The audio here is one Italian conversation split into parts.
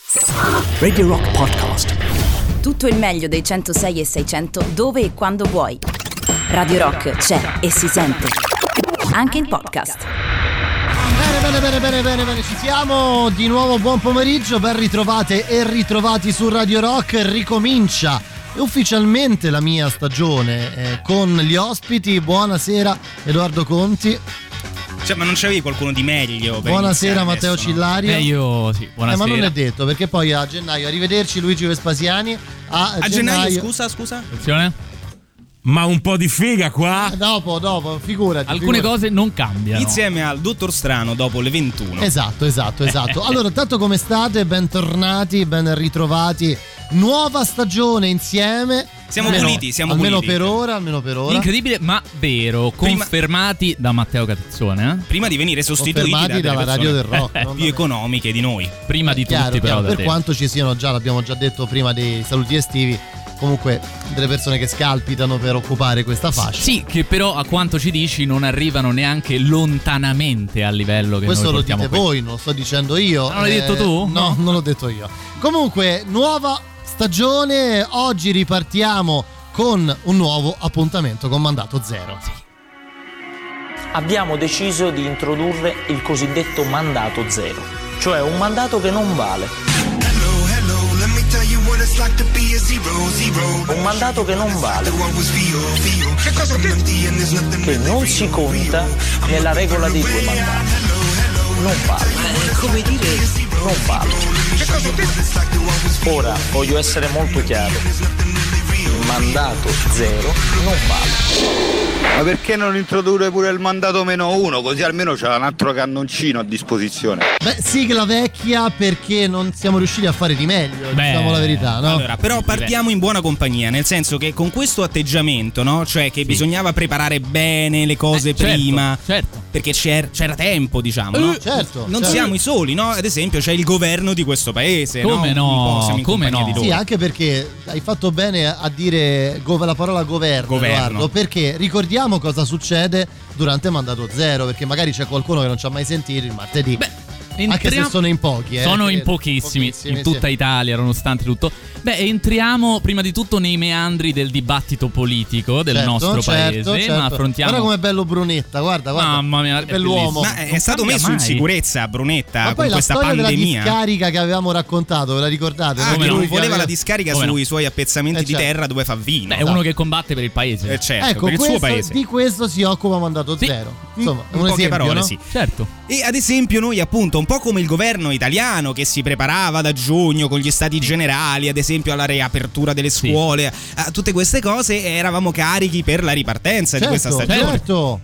Radio Rock Podcast. Tutto il meglio dei 106 e 600 dove e quando vuoi. Radio Rock c'è e si sente anche in podcast. Bene, ci siamo di nuovo, buon pomeriggio, ben ritrovate e ritrovati su Radio Rock. Ricomincia ufficialmente la mia stagione con gli ospiti. Buonasera Edoardo Conti. Cioè, ma non c'avevi qualcuno di meglio? Buonasera Matteo adesso, Cillario. Io sì, buonasera. Ma non è detto, perché poi a gennaio arrivederci Luigi Vespasiani. A gennaio scusa. Attenzione. Ma un po' di figa qua? Dopo, figurati. Alcune cose non cambiano. Insieme al Dottor Strano dopo le 21. Esatto. Allora, tanto come state? Bentornati, ben ritrovati. Nuova stagione insieme. Siamo puliti. Almeno per ora. Incredibile ma vero. Confermati da Matteo Catizzone. Prima di venire sostituiti dalla radio del rock più economiche di noi. Prima di tutti, però. Per quanto ci siano già, l'abbiamo già detto prima dei saluti estivi, comunque delle persone che scalpitano per occupare questa fascia. Sì, che però a quanto ci dici non arrivano neanche lontanamente al livello che questo noi lo portiamo dite qui. voi, non lo sto dicendo io. Non l'hai detto tu? No, non l'ho detto io. Comunque, nuova stagione, oggi ripartiamo con un nuovo appuntamento con Mandato Zero. Sì. Abbiamo deciso di introdurre il cosiddetto mandato zero, cioè un mandato che non vale. Un mandato che non vale, che non si conta nella regola dei due mandati. Non vale. Come dire? Non vale. Ora voglio essere molto chiaro. Il mandato zero non vale. Ma perché non introdurre pure il mandato -1, così almeno c'è un altro cannoncino a disposizione? Beh, sigla vecchia perché non siamo riusciti a fare di meglio, diciamo la verità, no? Allora, però partiamo in buona compagnia, nel senso che con questo atteggiamento, no? Cioè che bisognava preparare bene le cose prima. Certo. Perché c'era tempo, diciamo, no? Certo. Non siamo i soli, no? Ad esempio c'è il governo di questo paese, Come no? no? Un po' siamo in Come compagnia no? di loro. Sì, anche perché hai fatto bene a dire la parola governo. Edoardo, perché ricordiamo cosa succede durante Mandato Zero, perché magari c'è qualcuno che non ci ha mai sentito il martedì. Anche se sono in pochi. Sono in pochissimi in tutta Italia, nonostante tutto. Entriamo prima di tutto nei meandri del dibattito politico del nostro paese. Ma affrontiamo. Guarda com'è bello Brunetta, guarda. Mamma mia, bell'uomo. Ma è stato messo in sicurezza Brunetta ma poi con questa la storia pandemia. Della discarica che avevamo raccontato, ve la ricordate? Che lui voleva la discarica sui suoi appezzamenti di terra dove fa vino. È uno che combatte per il paese. Certo, ecco, per il suo paese. Di questo si occupa Mandato Zero. Insomma, in un poche esempio, parole, no? sì. Certo. E ad esempio noi appunto, un po' come il governo italiano che si preparava da giugno con gli stati generali, ad esempio alla riapertura delle scuole, a tutte queste cose, eravamo carichi per la ripartenza di questa stagione. Certo.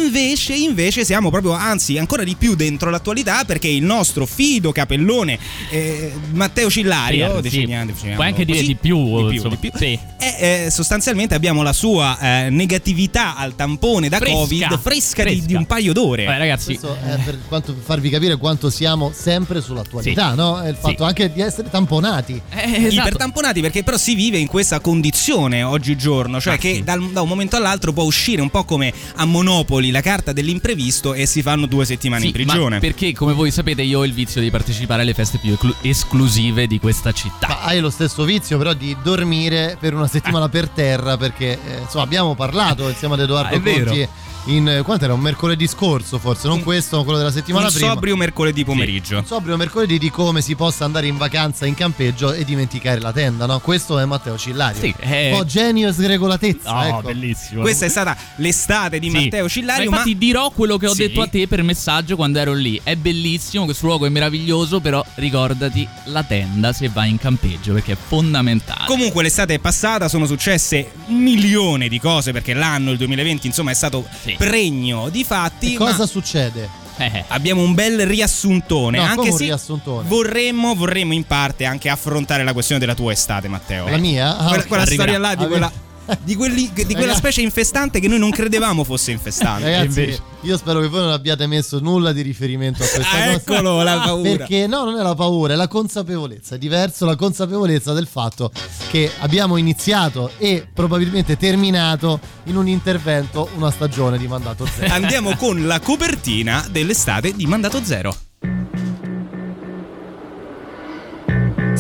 Invece siamo proprio, anzi ancora di più dentro l'attualità, perché il nostro fido capellone Matteo Cillario, puoi anche dire di più. Sì. Sostanzialmente abbiamo la sua negatività al tampone da Covid fresca. Di un paio d'ore. Ragazzi, questo è per farvi capire quanto siamo sempre sull'attualità, no? È il fatto anche di essere tamponati. Ipertamponati, perché però si vive in questa condizione oggigiorno, cioè che da un momento all'altro può uscire un po' come a Monopoli la carta dell'imprevisto e si fanno 2 settimane in prigione. Ma perché, come voi sapete, io ho il vizio di partecipare alle feste più esclusive di questa città. Ma hai lo stesso vizio però di dormire per una settimana per terra, perché insomma abbiamo parlato insieme ad Edoardo Conti quant'era? Un mercoledì scorso forse, non questo, ma quello della settimana prima. Un sobrio mercoledì pomeriggio. Un sobrio mercoledì di come si possa andare in vacanza in campeggio e dimenticare la tenda, no? Questo è Matteo Cillario. Un po' genio e sregolatezza. Ecco. Bellissimo. Questa è stata l'estate di Matteo Cillario. Ma infatti dirò quello che ho detto a te per messaggio quando ero lì. È bellissimo, questo luogo è meraviglioso, però ricordati la tenda se vai in campeggio, perché è fondamentale. Comunque l'estate è passata, sono successe un milione di cose, perché l'anno, il 2020, insomma, è stato pregno di fatti. E cosa succede? Abbiamo un bel riassuntone, anche se riassuntone. vorremmo in parte anche affrontare la questione della tua estate, Matteo. La mia? Quella storia là di quella specie infestante che noi non credevamo fosse infestante. Ragazzi, io spero che voi non abbiate messo nulla di riferimento a questa cosa. Eccolo, la paura. Perché no, non è la paura, è la consapevolezza. È diverso la consapevolezza del fatto che abbiamo iniziato e probabilmente terminato in un intervento una stagione di Mandato Zero. Andiamo con la copertina dell'estate di Mandato Zero.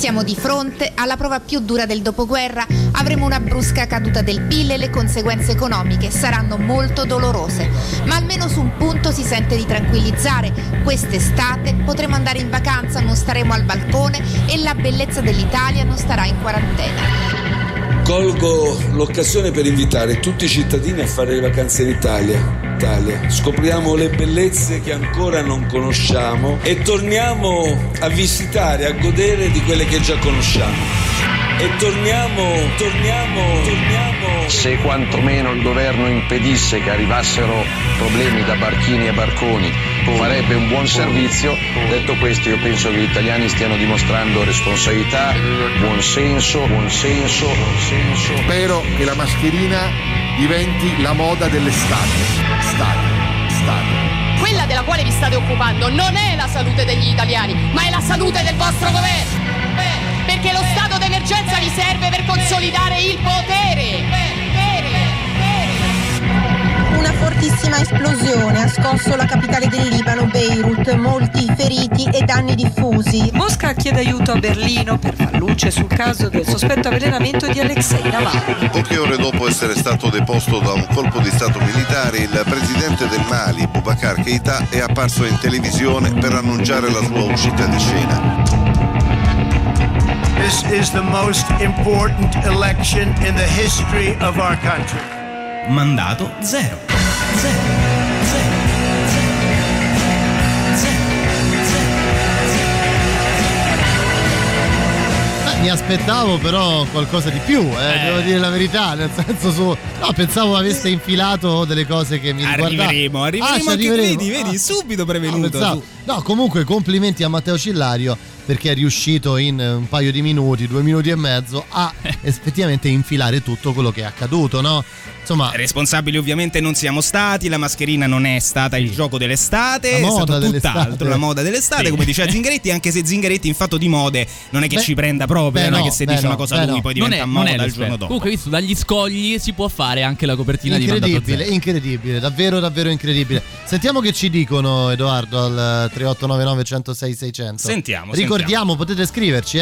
Siamo di fronte alla prova più dura del dopoguerra, avremo una brusca caduta del PIL e le conseguenze economiche saranno molto dolorose, ma almeno su un punto si sente di tranquillizzare: quest'estate potremo andare in vacanza, non staremo al balcone e la bellezza dell'Italia non starà in quarantena. Colgo l'occasione per invitare tutti i cittadini a fare le vacanze in Italia. Scopriamo le bellezze che ancora non conosciamo e torniamo a visitare, a godere di quelle che già conosciamo. E torniamo. Se quantomeno il governo impedisse che arrivassero problemi da barchini e barconi, farebbe un buon servizio. Detto questo, io penso che gli italiani stiano dimostrando responsabilità, buon senso. Spero che la mascherina diventi la moda dell'estate. Quella della quale vi state occupando non è la salute degli italiani, ma è la salute del vostro governo. Perché lo stato d'emergenza vi serve per consolidare il potere. Una fortissima esplosione ha scosso la capitale del Libano, Beirut, molti feriti e danni diffusi. Mosca chiede aiuto a Berlino per far luce sul caso del sospetto avvelenamento di Alexei Navalny. Poche ore dopo essere stato deposto da un colpo di stato militare, il presidente del Mali, Boubacar Keïta, è apparso in televisione per annunciare la sua uscita di scena. This is the most important election in the history of our country. Mandato zero. Mi aspettavo però qualcosa di più, devo dire la verità, nel senso pensavo aveste infilato delle cose che mi riguardavano. Arriveremo anche vedi, subito prevenuto. No, comunque complimenti a Matteo Cillario, perché è riuscito in un paio di minuti, 2 minuti e mezzo, a effettivamente infilare tutto quello che è accaduto, no? Insomma, responsabili ovviamente non siamo stati, la mascherina non è stata il gioco dell'estate, è stato tutt'altro, la moda dell'estate, come diceva Zingaretti, anche se Zingaretti in fatto di mode non è che ci prenda proprio, non è che se dice una cosa lui poi diventa moda il giorno dopo. Comunque, visto dagli scogli si può fare anche la copertina di Mandato Zero. Incredibile, davvero incredibile. Sentiamo che ci dicono, Edoardo, al 3899 106 600. Sentiamo. Ricordiamo, potete scriverci,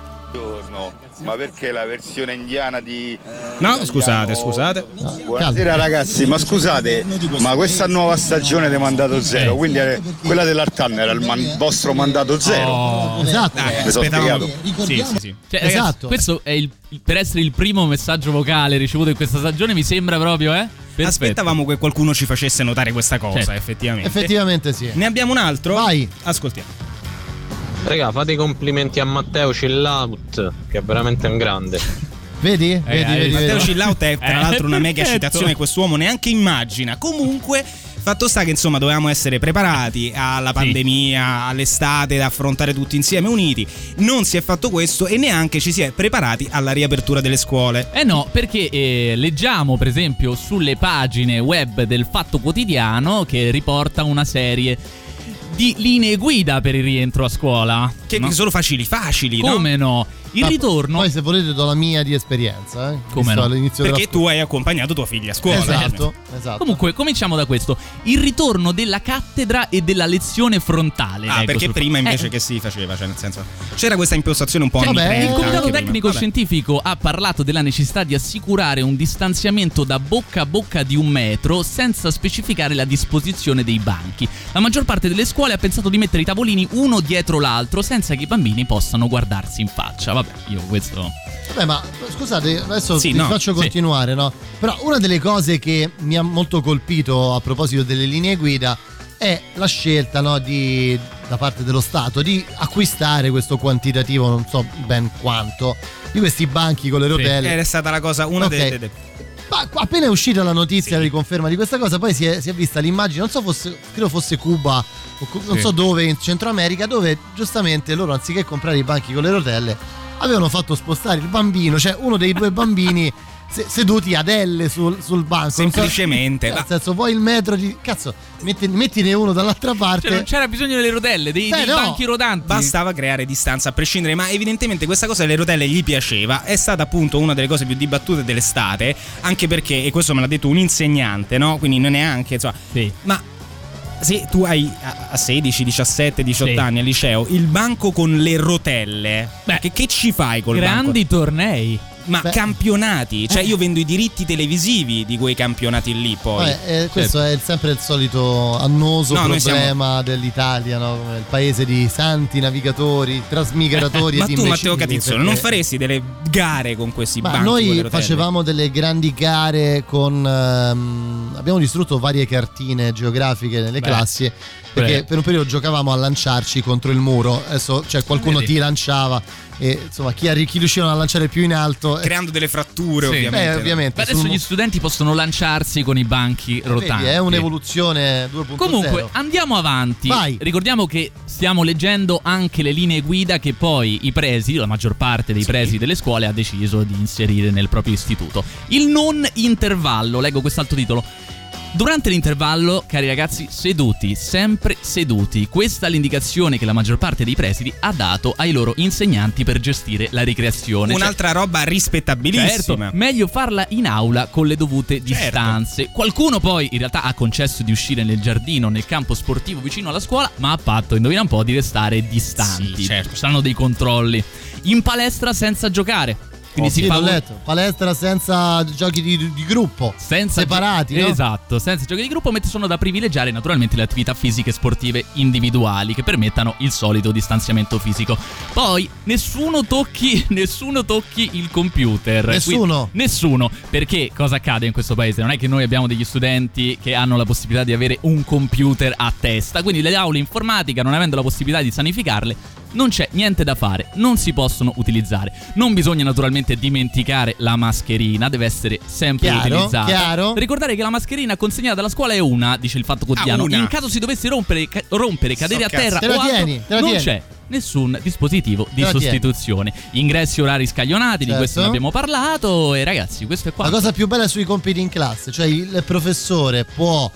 Ma perché la versione indiana di... No, scusate. No, buonasera ragazzi, ma scusate, ma questa nuova stagione di Mandato Zero, quindi quella dell'Artan era il vostro Mandato Zero? Esatto. Mi sono spiegato. Sì. Cioè, ragazzi, esatto. Questo è per essere il primo messaggio vocale ricevuto in questa stagione, mi sembra proprio, Perfetto. Aspettavamo che qualcuno ci facesse notare questa cosa, effettivamente. Effettivamente sì. Ne abbiamo un altro? Vai. Ascoltiamo. Raga, fate i complimenti a Matteo Chillout, che è veramente un grande. Vedi? Matteo Chillout è tra l'altro una mega citazione che quest'uomo neanche immagina. Comunque, fatto sta che insomma dovevamo essere preparati alla pandemia, all'estate, da affrontare tutti insieme uniti. Non si è fatto questo e neanche ci si è preparati alla riapertura delle scuole. No, perché leggiamo per esempio sulle pagine web del Fatto Quotidiano che riporta una serie di linee guida per il rientro a scuola. Che sono facili, come no? Il ritorno. Poi se volete do la mia di esperienza, Come no? All'inizio perché tu hai accompagnato tua figlia a scuola. Esatto. Comunque cominciamo da questo. Il ritorno della cattedra e della lezione frontale. Perché prima invece che si faceva, cioè nel senso c'era questa impostazione un po' il Comitato Tecnico Scientifico ha parlato della necessità di assicurare un distanziamento da bocca a bocca di 1 metro senza specificare la disposizione dei banchi. La maggior parte delle scuole ha pensato di mettere i tavolini uno dietro l'altro senza che i bambini possano guardarsi in faccia. Io questo... ma scusate, adesso faccio continuare, no? Però una delle cose che mi ha molto colpito a proposito delle linee guida è la scelta, no, da parte dello Stato di acquistare questo quantitativo, non so ben quanto, di questi banchi con le rotelle. Era stata la cosa, una delle... Ma appena è uscita la notizia di riconferma di questa cosa, poi si è vista l'immagine, non so, credo fosse Cuba, non so dove, in Centro America, dove giustamente loro anziché comprare i banchi con le rotelle avevano fatto spostare il bambino, cioè uno dei 2 bambini seduti ad L sul banco. Semplicemente. Nel senso, vuoi il metro di... Cazzo, mettine uno dall'altra parte. Cioè non c'era bisogno delle rotelle, dei banchi rotanti. Bastava creare distanza a prescindere, ma evidentemente questa cosa delle rotelle gli piaceva. È stata appunto una delle cose più dibattute dell'estate, anche perché, e questo me l'ha detto un insegnante, no? Quindi non è anche, insomma... Ma se tu hai a 16, 17, 18 anni al liceo il banco con le rotelle, che ci fai col grandi banco? Tornei. Ma campionati, cioè io vendo i diritti televisivi di quei campionati lì poi. Questo è sempre il solito annoso problema dell'Italia, no? Come il paese di santi navigabitori, trasmigratori ma ed tu, imbecilli. Matteo Catizzone, non faresti delle gare con questi banchi? Ma noi facevamo delle grandi gare con abbiamo distrutto varie cartine geografiche nelle classi, perché per un periodo giocavamo a lanciarci contro il muro. Adesso qualcuno ti lanciava e insomma chi riuscivano a lanciare più in alto, creando delle fratture, ovviamente. Adesso gli studenti possono lanciarsi con i banchi rotanti. È un'evoluzione 2.0. Comunque andiamo avanti. Vai. Ricordiamo che stiamo leggendo anche le linee guida che poi i presidi, la maggior parte dei presidi delle scuole, ha deciso di inserire nel proprio istituto. Il non intervallo, leggo quest'altro titolo. Durante l'intervallo, cari ragazzi, seduti, sempre seduti. Questa è l'indicazione che la maggior parte dei presidi ha dato ai loro insegnanti per gestire la ricreazione. Un'altra roba rispettabilissima. Certo, meglio farla in aula con le dovute distanze. Qualcuno poi in realtà ha concesso di uscire nel giardino, nel campo sportivo vicino alla scuola, ma a patto, indovina un po', di restare distanti. Sì, certo. Ci saranno dei controlli. In palestra senza giocare. Quindi si fa palestra senza giochi di gruppo, separati, no? Esatto, senza giochi di gruppo, mentre sono da privilegiare naturalmente le attività fisiche e sportive individuali che permettano il solito distanziamento fisico. Poi nessuno tocchi il computer. Nessuno, perché cosa accade in questo paese? Non è che noi abbiamo degli studenti che hanno la possibilità di avere un computer a testa, quindi le aule informatica, non avendo la possibilità di sanificarle, non c'è niente da fare, non si possono utilizzare. Non bisogna naturalmente dimenticare la mascherina, deve essere sempre utilizzata. Chiaro. Ricordare che la mascherina consegnata dalla scuola è una, dice il Fatto Quotidiano. In caso si dovesse rompere, cadere a terra o altro, non c'è nessun dispositivo di sostituzione. Ingressi orari scaglionati, di questo ne abbiamo parlato. E ragazzi, questo è qua. La cosa più bella è sui compiti in classe, cioè il professore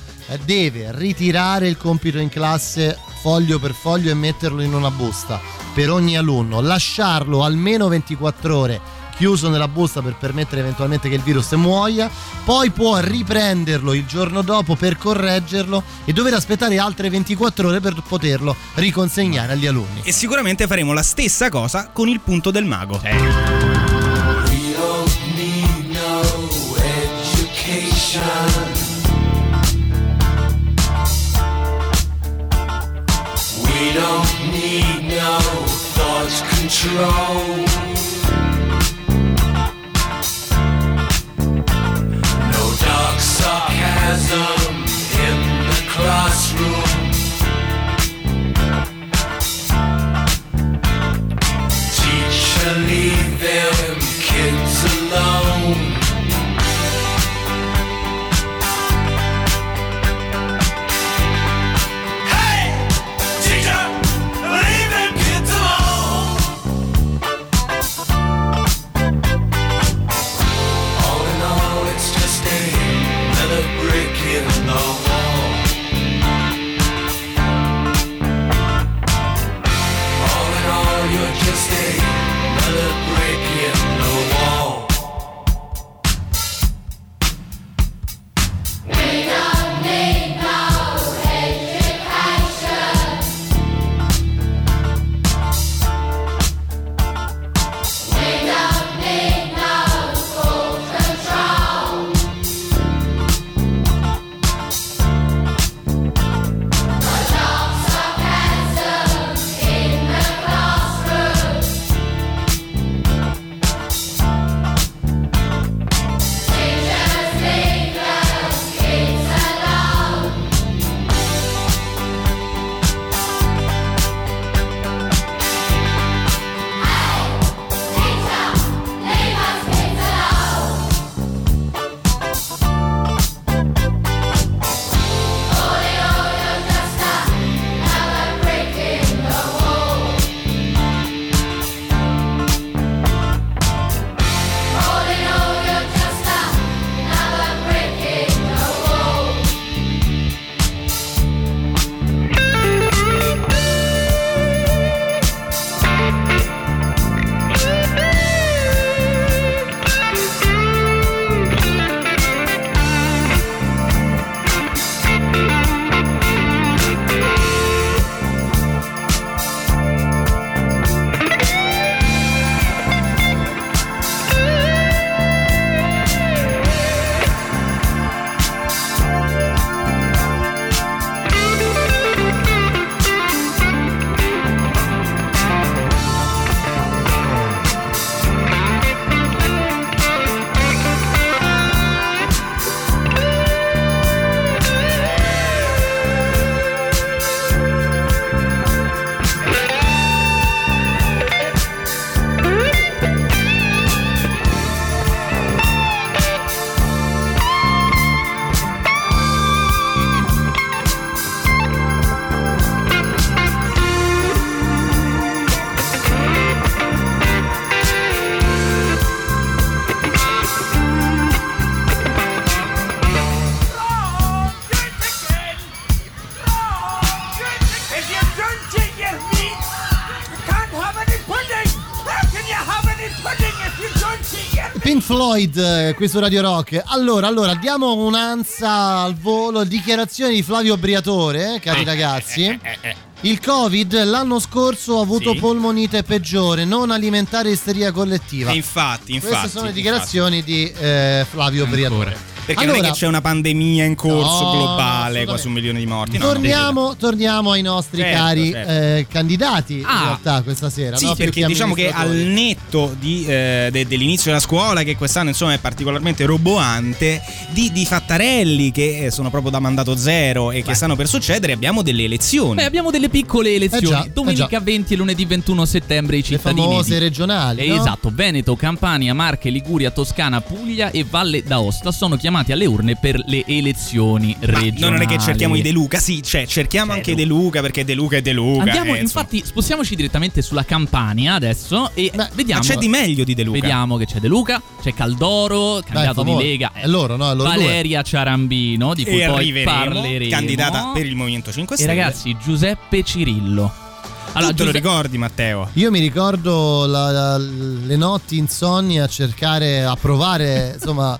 deve ritirare il compito in classe foglio per foglio e metterlo in una busta per ogni alunno, lasciarlo almeno 24 ore chiuso nella busta per permettere eventualmente che il virus muoia, poi può riprenderlo il giorno dopo per correggerlo e dover aspettare altre 24 ore per poterlo riconsegnare agli alunni. E sicuramente faremo la stessa cosa con il punto del mago. We don't need no education. We don't need no thought control. No dark sarcasm in the classroom. Teacher, leave them kids alone. Pink Floyd qui su Radio Rock. Allora diamo un'ansa al volo. Dichiarazioni di Flavio Briatore, cari ragazzi. Il Covid l'anno scorso ha avuto polmonite peggiore, non alimentare isteria collettiva. Infatti. Queste sono le dichiarazioni di Flavio Briatore. Perché non è che c'è una pandemia in corso globale, quasi 1 milione di morti. Torniamo ai nostri cari candidati in realtà questa sera. Sì, no? perché diciamo che al netto dell'inizio della scuola, che quest'anno insomma è particolarmente roboante, di fattarelli che sono proprio da mandato zero e che stanno per succedere, abbiamo delle elezioni. Abbiamo delle piccole elezioni. Domenica 20 e lunedì 21 settembre i cittadini. Le famose regionali. No? Esatto, Veneto, Campania, Marche, Liguria, Toscana, Puglia e Valle d'Aosta sono chiamati alle urne per le elezioni regionali. Non è che cerchiamo i De Luca, cerchiamo anche De Luca, perché De Luca è De Luca. Andiamo, infatti, spostiamoci direttamente sulla Campania adesso e vediamo. Ma c'è di meglio di De Luca. Vediamo che c'è De Luca, c'è Caldoro, candidato di Lega. È loro, no? È loro Valeria Ciarambino, di cui poi parleremo. Candidata per il Movimento 5 Stelle. E ragazzi, Giuseppe Cirillo. Allora, tu te lo ricordi, Matteo? Io mi ricordo le notti insonni a cercare, a provare, insomma,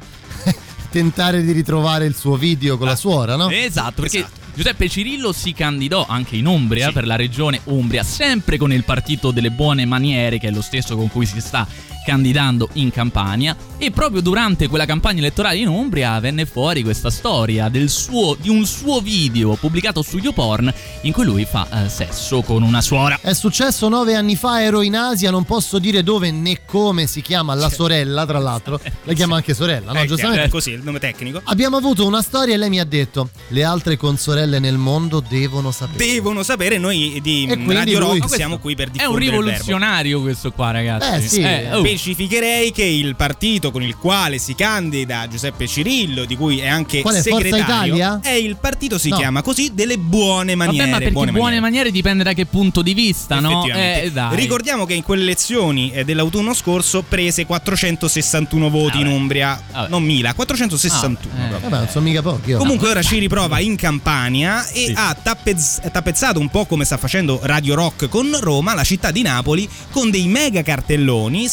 tentare di ritrovare il suo video con la suora, no? Esatto, perché Giuseppe Cirillo si candidò anche in Umbria, per la regione Umbria, sempre con il partito delle buone maniere, che è lo stesso con cui si sta candidando in Campania, e proprio durante quella campagna elettorale in Umbria venne fuori questa storia di un suo video pubblicato su YouPorn in cui lui fa sesso con una suora. È successo 9 anni fa, ero in Asia, non posso dire dove né come si chiama la sorella, tra l'altro la chiama anche sorella, no? Giustamente è così il nome tecnico. Abbiamo avuto una storia e lei mi ha detto: le altre consorelle nel mondo devono sapere. Noi di Radio Rock siamo qui per diffondere il verbo. È un rivoluzionario questo qua, ragazzi. Sì. Specificherei che il partito con il quale si candida Giuseppe Cirillo, di cui è anche segretario, Forza Italia? È il partito si chiama così, delle buone maniere. Vabbè, ma perché buone maniere dipende da che punto di vista, no? Dai. Ricordiamo che in quelle elezioni dell'autunno scorso prese 461 voti in Umbria, non 1000, 461. Vabbè, non sono mica pochi. Comunque ora ci riprova in Campania e ha tappezzato un po' come sta facendo Radio Rock con Roma, la città di Napoli, con dei mega cartelloni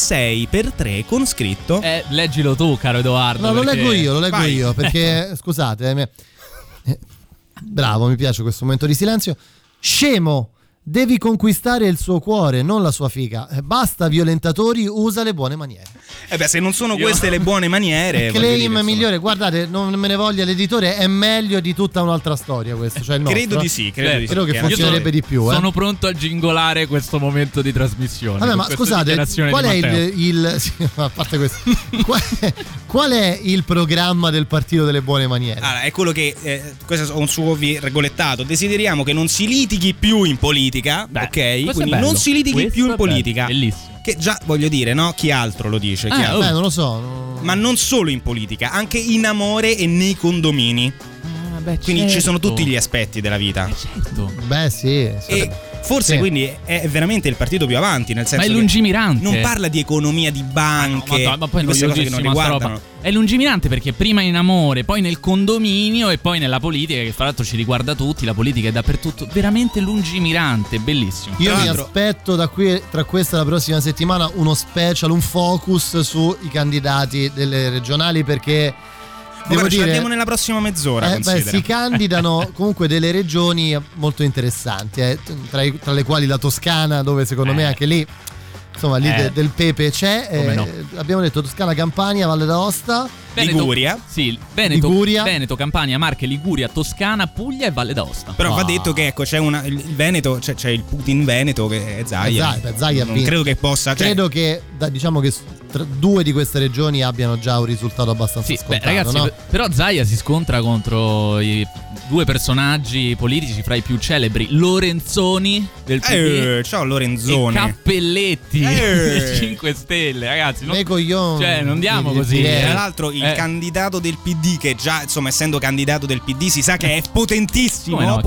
6x3 con scritto. Leggilo tu, caro Edoardo. No, lo leggo io, perché scusate, bravo, mi piace questo momento di silenzio. Scemo, devi conquistare il suo cuore, non la sua figa. Basta violentatori, usa le buone maniere. Se non sono queste le buone maniere. Claim migliore, guardate, non me ne voglia l'editore, è meglio di tutta un'altra storia questo, cioè il nostro. Credo di sì. Credo che funzionerebbe di più. Sono pronto a gingolare questo momento di trasmissione. Vabbè, ma scusate, qual è a parte questo, qual è il programma del partito delle buone maniere? Allora, è quello che questo è un suo regolattato. Desideriamo che non si litighi più in politica, ok? Quindi non si litighi più in politica. Bellissimo. Che già voglio dire, no? Chi altro lo dice? Non lo so. Ma non solo in politica, anche in amore e nei condomini. Quindi ci sono tutti gli aspetti della vita. Certo. Beh, sì. E forse quindi è veramente il partito più avanti, nel senso ma è lungimirante. Non parla di economia di banche, ma poi di queste cose che non riguardano. È lungimirante perché prima in amore, poi nel condominio e poi nella politica, che fra l'altro ci riguarda tutti, la politica è dappertutto, veramente lungimirante, bellissimo. Io mi aspetto da qui, tra questa e la prossima settimana, uno special, un focus sui candidati delle regionali, perché devo dire, ce l'abbiamo nella prossima mezz'ora. Si candidano comunque delle regioni molto interessanti, tra le quali la Toscana, dove secondo me anche lì, insomma, lì del pepe c'è. No. Abbiamo detto Toscana, Campania, Valle d'Aosta, Liguria. Sì, Veneto, Campania, Marche, Liguria, Toscana, Puglia e Valle d'Aosta. Però va detto che c'è il Veneto, c'è il Putin Veneto che è Zaia. Non credo che possa. Credo che diciamo che due di queste regioni abbiano già un risultato abbastanza scontato. Ragazzi, no? Però Zaia si scontra contro i due personaggi politici fra i più celebri, Lorenzoni del PD. Ciao Lorenzoni. E Cappelletti del 5 Stelle, ragazzi. Non diamo così. Tra l'altro il candidato del PD, che già, insomma, essendo candidato del PD, si sa che è potentissimo,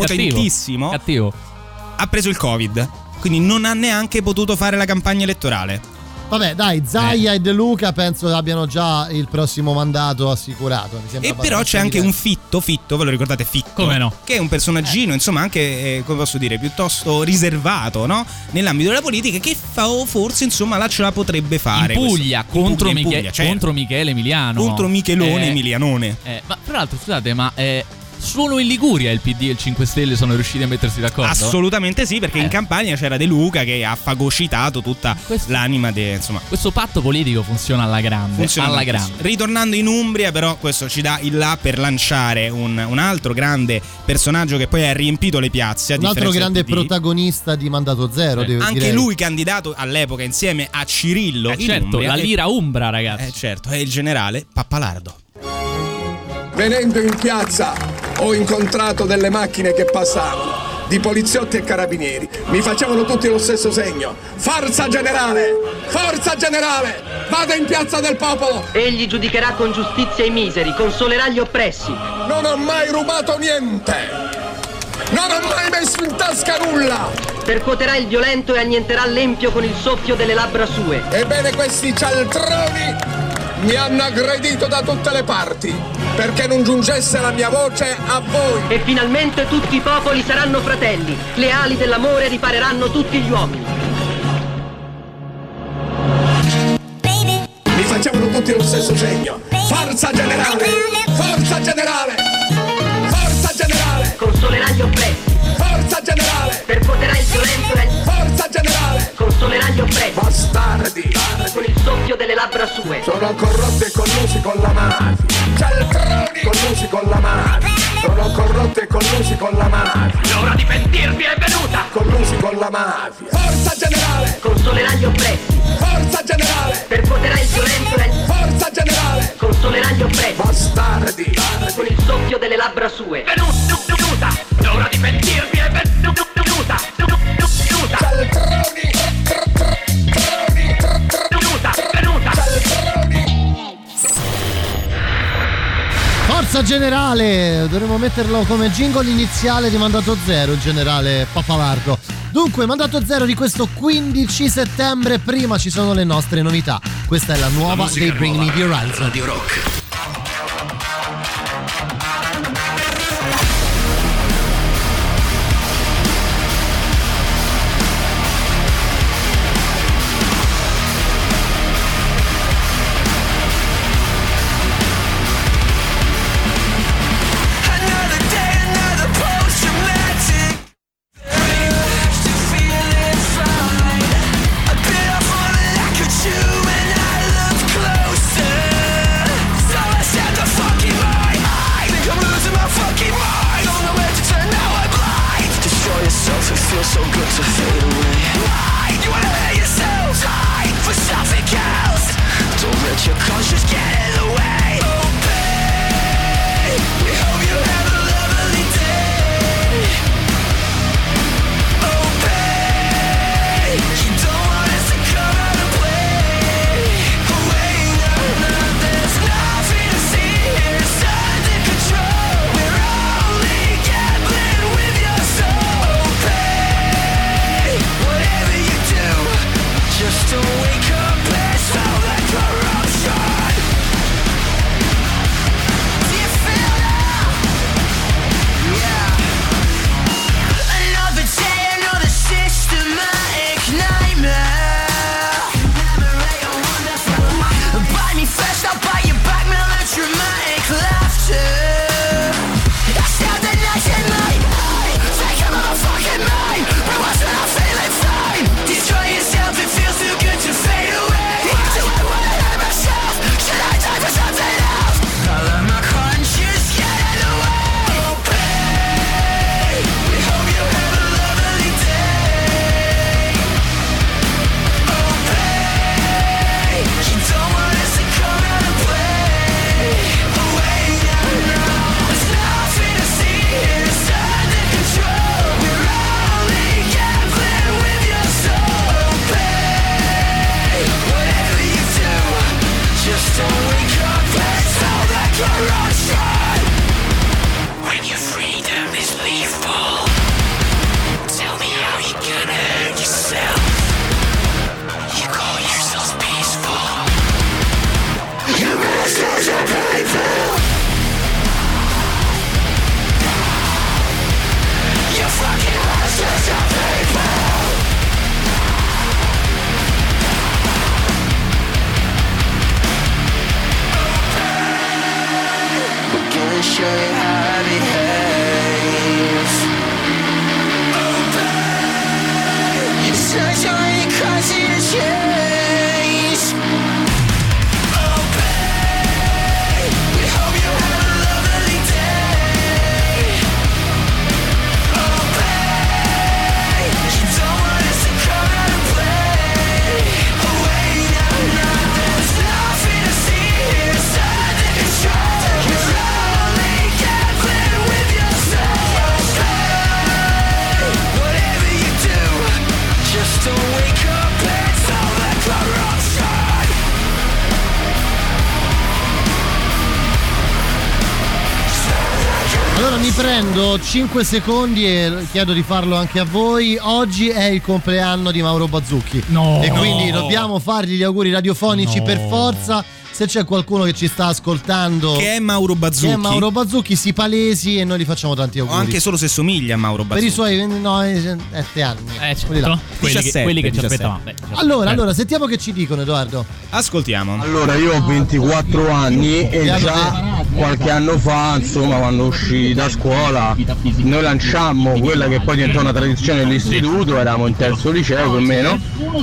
cattivo. Ha preso il Covid, quindi non ha neanche potuto fare la campagna elettorale. Vabbè, dai, Zaia e De Luca penso abbiano già il prossimo mandato assicurato. Mi sembra e però c'è anche un Fitto, ve lo ricordate Fitto? Come no? Che è un personaggino, insomma, anche, come posso dire, piuttosto riservato, no? Nell'ambito della politica, che forse, insomma, là ce la potrebbe fare. In Puglia, contro certo. Michele Emiliano. Contro Michelone Emilianone. Ma tra l'altro, scusate, ma solo in Liguria il PD e il 5 Stelle sono riusciti a mettersi d'accordo? Assolutamente sì, perché in Campania c'era De Luca che ha fagocitato tutta l'anima insomma. Questo patto politico funziona alla grande. Ritornando in Umbria, però, questo ci dà il là per lanciare un altro grande personaggio che poi ha riempito le piazze. Un altro grande protagonista di Mandato Zero, anche lui candidato all'epoca insieme a Cirillo. Certo, Umbria, la lira umbra, ragazzi. Certo, è il generale Pappalardo. Venendo in piazza ho incontrato delle macchine che passavano, di poliziotti e carabinieri. Mi facevano tutti lo stesso segno. Forza generale! Forza generale! Vada in piazza del popolo! Egli giudicherà con giustizia i miseri, consolerà gli oppressi. Non ho mai rubato niente! Non ho mai messo in tasca nulla! Percuoterà il violento e annienterà l'empio con il soffio delle labbra sue. Ebbene, questi cialtroni mi hanno aggredito da tutte le parti perché non giungesse la mia voce a voi. E finalmente tutti i popoli saranno fratelli. Le ali dell'amore ripareranno tutti gli uomini. Mi facevano tutti lo stesso segno. Forza generale! Forza generale! Forza generale! Consolerà gli oppressi. Forza generale! Percuoterà il violento e Forza generale! Consolerà gli oppressi. Bastardi! Con il soffio delle labbra sue. Sono corrotti e collusi con la mafia. Cialtroni collusi con la mafia. Sono corrotti e collusi con la mafia. L'ora di pentirvi è venuta. Collusi con la mafia. Forza generale! Consolerà gli oppressi. Forza generale! Percuoterà il violento e Forza generale! Consolerà gli oppressi. Bastardi! Con il soffio delle labbra sue. Venuta! L'ora di pentirvi è venuta. Cialtroni! Forza generale, dovremmo metterlo come jingle iniziale di Mandato Zero, il generale Pappalardo. Dunque, Mandato Zero di questo 15 settembre, prima ci sono le nostre novità. Questa è la nuova dei Bring Me The Horizon. Radio Rock. You and I look closer. prendo 5 secondi e chiedo di farlo anche a voi. Oggi è il compleanno di Mauro Bazzucchi. E quindi dobbiamo fargli gli auguri radiofonici per forza. Se c'è qualcuno che ci sta ascoltando che è Mauro Bazzucchi, si palesi e noi gli facciamo tanti auguri. O anche solo se somiglia a Mauro Bazzucchi. Per i suoi 7 anni. Certo. Quelli che ci aspettavamo. Allora, sentiamo che ci dicono, Edoardo. Ascoltiamo. Allora, io ho 24 anni e già qualche anno fa, insomma, quando uscì da scuola, noi lanciammo quella che poi diventò una tradizione dell'istituto, eravamo in terzo liceo più o meno,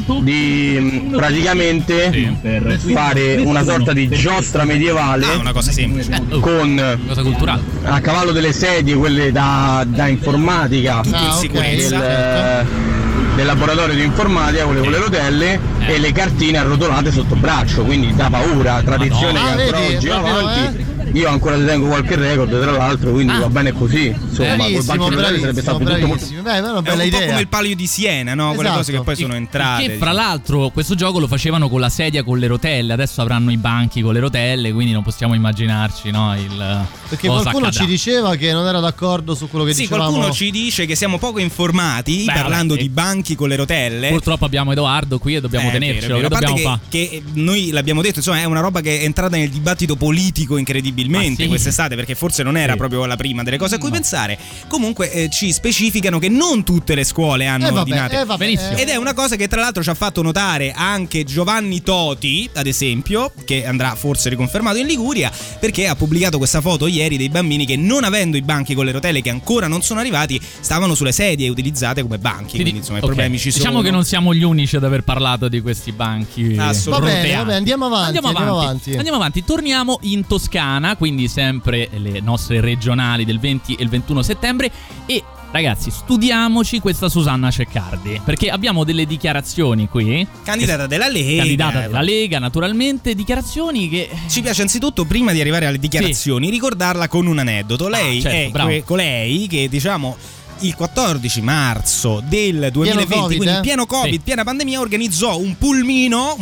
di praticamente fare una sorta di giostra medievale, una cosa semplice, con cosa culturale, a cavallo delle sedie, quelle da informatica, tutto in sicurezza, del laboratorio di informatica, quelle con le rotelle e le cartine arrotolate sotto braccio, quindi da paura, tradizione che ancora oggi va avanti. Io ancora detengo qualche record, tra l'altro, quindi va bene così. Insomma, col banco di rotelle sarebbe stato tutto molto. Beh, è un po' come il palio di Siena, no? Quelle cose che poi sono entrate. Che fra l'altro questo gioco lo facevano con la sedia con le rotelle, adesso avranno i banchi con le rotelle, quindi non possiamo immaginarci, no? Perché qualcuno ci diceva che non era d'accordo su quello che dicevamo. Sì, qualcuno ci dice che siamo poco informati parlando di banchi con le rotelle. Purtroppo abbiamo Edoardo qui e dobbiamo tenercelo. Che dobbiamo fare? Che noi l'abbiamo detto, insomma, è una roba che è entrata nel dibattito politico incredibilmente quest'estate, perché forse non era proprio la prima delle cose a cui pensare. Comunque ci specificano che non tutte le scuole hanno ordinate. Ed è una cosa che tra l'altro ci ha fatto notare anche Giovanni Toti, ad esempio, che andrà forse riconfermato in Liguria, perché ha pubblicato questa foto ieri dei bambini che, non avendo i banchi con le rotelle, che ancora non sono arrivati, stavano sulle sedie utilizzate come banchi. Quindi insomma i problemi ci sono. Diciamo che non siamo gli unici ad aver parlato di questi banchi. Va bene, andiamo avanti. Torniamo in Toscana, quindi sempre le nostre regionali del 20 e il 21 settembre. E ragazzi, studiamoci questa Susanna Ceccardi, perché abbiamo delle dichiarazioni qui. Candidata della Lega, naturalmente. Dichiarazioni che ci piace anzitutto, prima di arrivare alle dichiarazioni, ricordarla con un aneddoto. Lei è colei che, diciamo, il 14 marzo del 2020, quindi pieno Covid, piena pandemia, organizzò un pulmino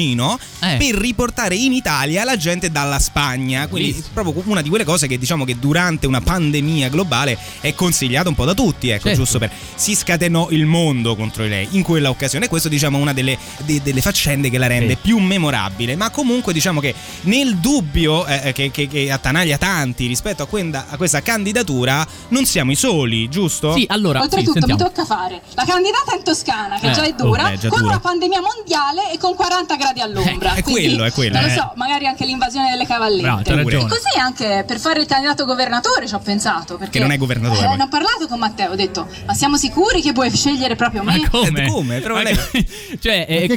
per riportare in Italia la gente dalla Spagna. Quindi proprio una di quelle cose che, diciamo, che durante una pandemia globale è consigliata un po' da tutti, giusto per si scatenò il mondo contro di lei in quella occasione. E questo, diciamo, è una delle faccende che la rende più memorabile. Ma comunque, diciamo che nel dubbio che attanaglia tanti rispetto a questa candidatura, non siamo i soli, giusto? Sì, allora, oltretutto mi tocca fare la candidata in Toscana, che già è dura, con una pandemia mondiale e con 40 gradi all'ombra. È quello. Non lo so, magari anche l'invasione delle cavallette. E così anche per fare il candidato governatore ci ho pensato, perché che non è governatore. Ne ho parlato con Matteo, ho detto: ma siamo sicuri che vuoi scegliere proprio me? Ma come? Però lei... cioè,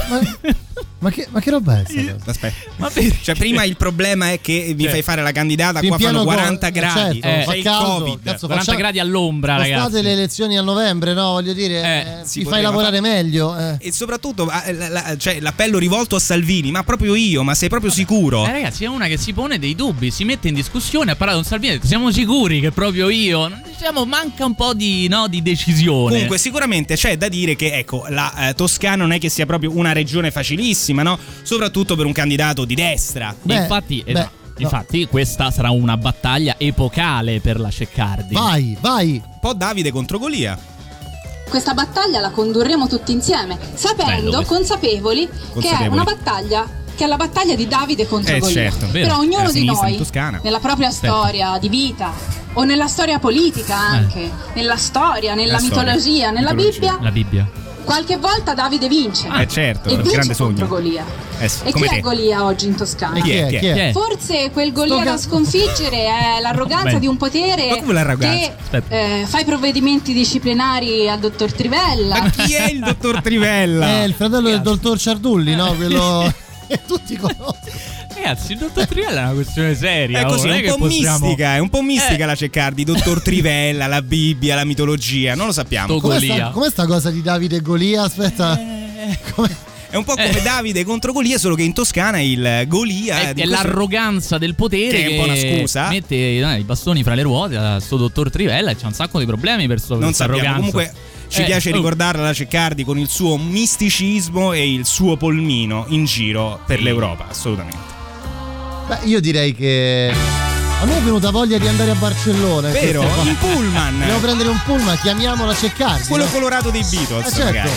ma che roba è questa? Aspetta. Cioè, prima il problema è che mi fai fare la candidata, qua fanno 40 gradi. Fa il caldo, Covid. cazzo, 40 gradi all'ombra, ragazzi. State le elezioni a novembre, no? Voglio dire, ti fai lavorare meglio. E soprattutto cioè, l'appello rivolto a Salvini, ma proprio io, ma sei proprio sicuro? Ragazzi, è una che si pone dei dubbi, si mette in discussione, ha parlato con Salvini, ha detto: siamo sicuri che proprio io? Diciamo, manca un po' di decisione. Comunque sicuramente c'è da dire che, ecco, la Toscana non è che sia proprio una regione facilissima, no? Soprattutto per un candidato di destra. Infatti questa sarà una battaglia epocale per la Ceccardi. Vai. Un po' Davide contro Golia. Questa battaglia la condurremo tutti insieme, sapendo, consapevoli che è una battaglia, che è la battaglia di Davide contro Golia. Certo, però ognuno di noi, nella propria storia di vita, o nella storia politica anche, nella storia, nella mitologia, nella Bibbia, la Bibbia, qualche volta Davide vince. Certo, e vince grande contro sogno. Golia. Sì, e chi è Golia oggi in Toscana? Chi è? Forse quel Golia da sconfiggere è l'arroganza di un potere che fa i provvedimenti disciplinari al dottor Trivella. Ma chi è il dottor Trivella? È il fratello del dottor Ciardulli, no? Quello che tutti conoscono. Ragazzi, il dottor Trivella è una questione seria. È così, è un po' mistica la Ceccardi. Dottor Trivella, la Bibbia, la mitologia, non lo sappiamo. Com'è sta cosa di Davide e Golia? Aspetta. È un po' come Davide contro Golia, solo che in Toscana il Golia è l'arroganza del potere, che è un po' una scusa. Mette i bastoni fra le ruote a sto dottor Trivella e c'ha un sacco di problemi per non sappiamo. Arroganza. Comunque ci piace ricordarla la Ceccardi con il suo misticismo e il suo polmino in giro per l'Europa, assolutamente. Beh, io direi che A me è venuta voglia di andare a Barcellona. Vero? In pullman. Dobbiamo prendere un pullman, chiamiamola Ceccardi. Quello colorato dei Beatles, certo. magari.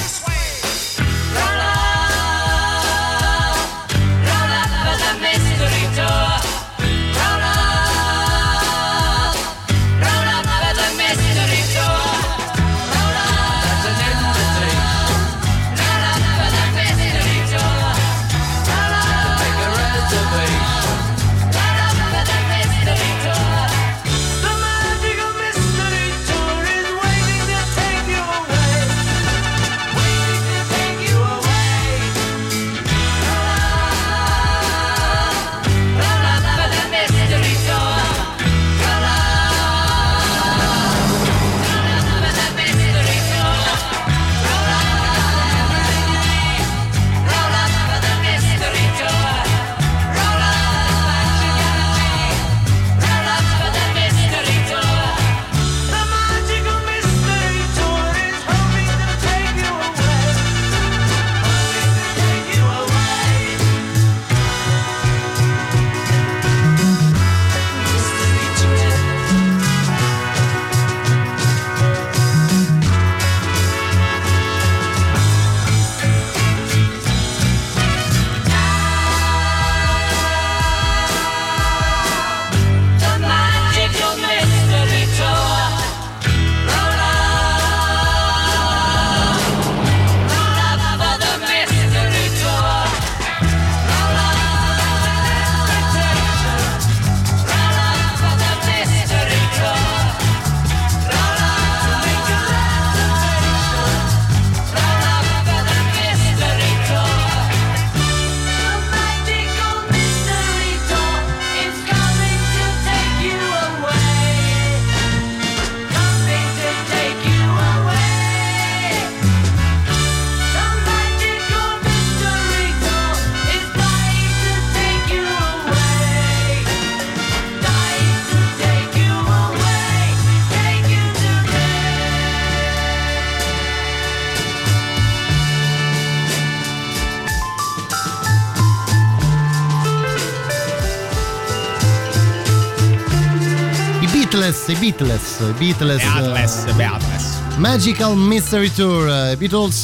Beatles. Magical Mystery Tour. Beatles,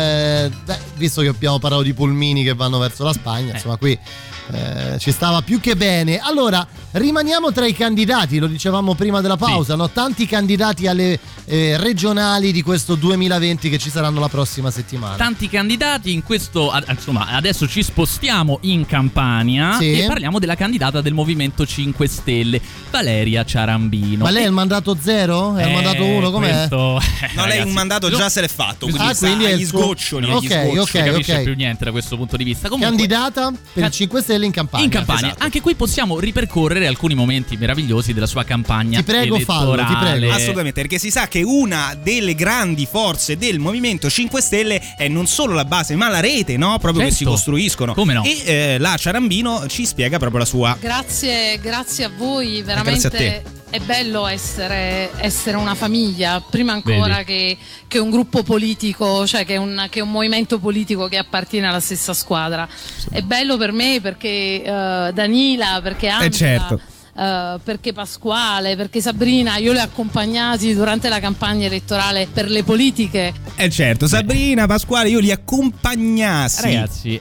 visto che abbiamo parlato di pulmini che vanno verso la Spagna, insomma qui ci stava più che bene. Allora, rimaniamo tra i candidati, lo dicevamo prima della pausa, no? Tanti candidati alle regionali di questo 2020 che ci saranno la prossima settimana. Tanti candidati in questo, insomma, adesso ci spostiamo in Campania e parliamo della candidata del Movimento 5 Stelle, Valeria Ciarambino. Ma lei è il mandato 0? È il mandato 1? Com'è? No, lei un mandato già se l'è fatto, quindi è agli sgoccioli. Ok. Non capisce più niente da questo punto di vista. Comunque, candidata per il 5 Stelle in Campania. Esatto. Anche qui possiamo ripercorrere alcuni momenti meravigliosi della sua campagna elettorale. Ti prego. Assolutamente, perché si sa che una delle grandi forze del Movimento 5 Stelle è non solo la base, ma la rete, no? Proprio che si costruiscono. Come no? E la Ciarambino ci spiega proprio la sua. Grazie a voi, veramente. Grazie a te. È bello essere una famiglia, prima ancora che un gruppo politico, cioè che un movimento politico che appartiene alla stessa squadra. È bello per me perché Danila, perché Angela, perché Pasquale, perché Sabrina, io li ho accompagnati durante la campagna elettorale per le politiche. Certo, Sabrina, Pasquale, io li accompagnassi. Ragazzi,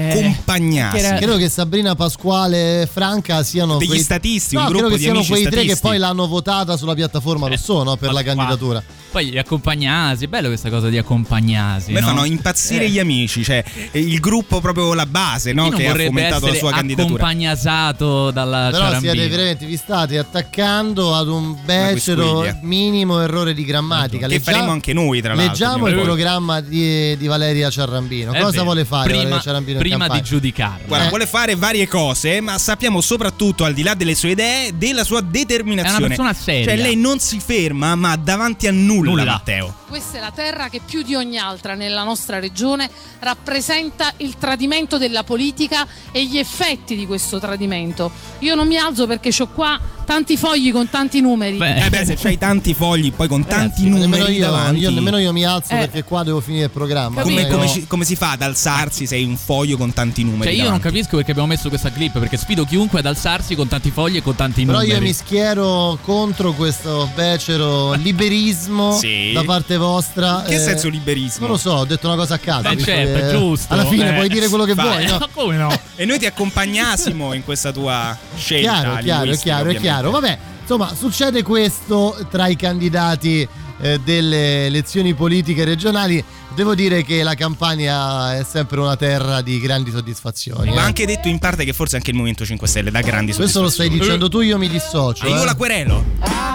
credo che Sabrina, Pasquale e Franca siano degli statisti, un gruppo di amici siano quei statisti. tre che poi l'hanno votata sulla piattaforma Rousseau, no? Per la candidatura. Poi gli accompagnasi, è bello questa cosa di accompagnasi. Beh, no? fanno impazzire gli amici, cioè il gruppo proprio la base, no? Che ha fomentato la sua candidatura. Accompagnasato dalla Ciarambino. Siete veramente, vi state attaccando ad un becero minimo errore di grammatica. Che faremo anche noi, tra l'altro. Leggiamo il programma di Valeria Ciarambino. Cosa vuole fare Valeria Ciarambino prima di giudicarla? Guarda, vuole fare varie cose, ma sappiamo soprattutto, al di là delle sue idee, della sua determinazione. È una persona seria. Cioè lei non si ferma, ma davanti a nulla. Matteo. Questa è la terra che più di ogni altra nella nostra regione rappresenta il tradimento della politica e gli effetti di questo tradimento. Io non mi alzo perché ho qua tanti fogli con tanti numeri. Se c'hai tanti fogli poi con tanti numeri davanti. Nemmeno io mi alzo perché qua devo finire il programma. Come si fa ad alzarsi se hai un foglio con tanti numeri? Cioè io non capisco perché abbiamo messo questa clip, perché sfido chiunque ad alzarsi con tanti fogli e con tanti numeri. Però io mi schiero contro questo becero liberismo da parte vostra. Che senso liberismo? Non lo so, ho detto una cosa a caso. Certo, è giusto. Alla fine puoi dire quello che vuoi, no? Come no? E noi ti accompagnassimo in questa tua scelta. Chiaro. Vabbè, insomma, succede questo tra i candidati delle elezioni politiche regionali. Devo dire che la Campania è sempre una terra di grandi soddisfazioni. Ma anche detto in parte che forse anche il Movimento 5 Stelle dà grandi soddisfazioni. Questo lo stai dicendo tu, io mi dissocio. Io la querelo.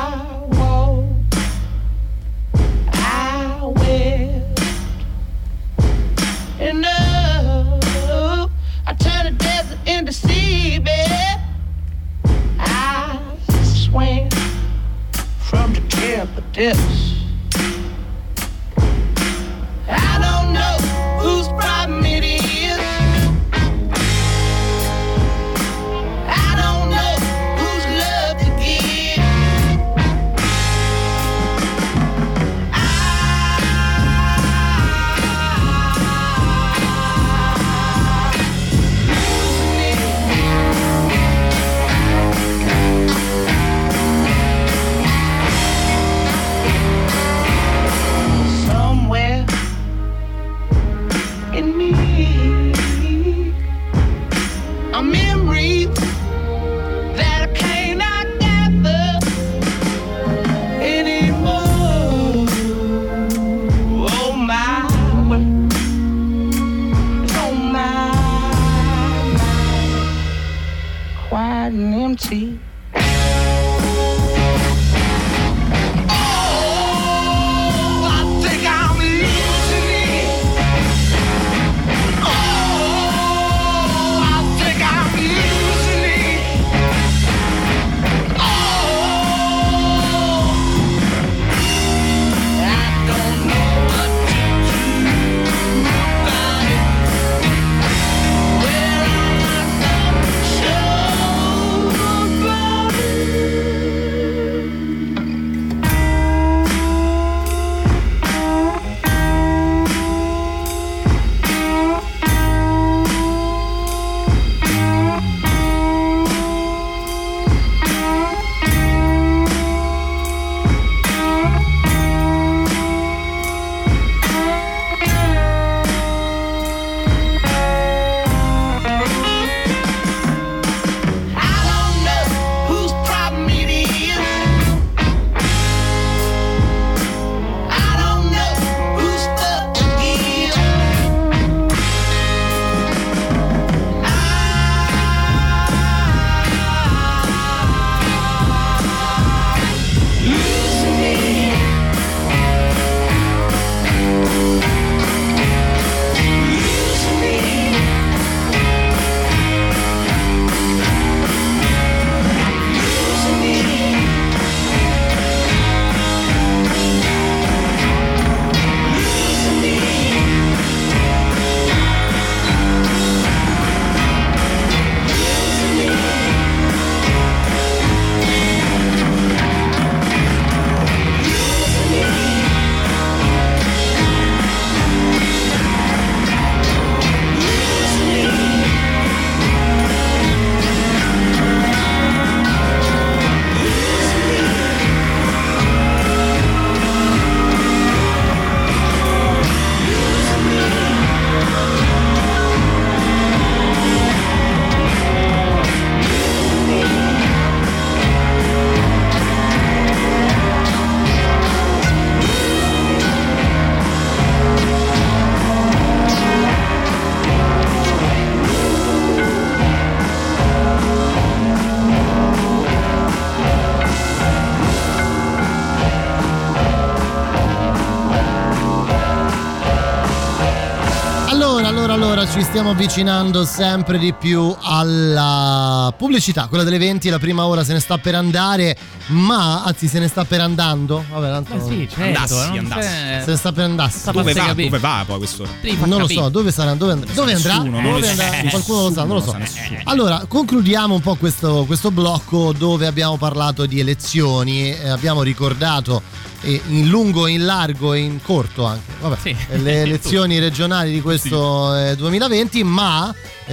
I turn the desert into sea, babe. I swing from the tip of this. I don't know whose problem it is. I don't know whose love to give. Somewhere in me, a memory that I cannot gather anymore. Oh my, oh my, quiet and empty. ci stiamo avvicinando sempre di più alla pubblicità, quella delle 20, la prima ora se ne sta per andare, ma anzi se ne sta per andando. Vabbè, tanto sì, certo, andassi. Se ne sta per andarsi. Dove va poi questo? Non lo so, dove sarà? Dove andrà? Qualcuno lo sa, non lo so. Allora, concludiamo un po' questo blocco dove abbiamo parlato di elezioni, abbiamo ricordato in lungo, in largo e in corto anche le elezioni regionali di questo 2020, ma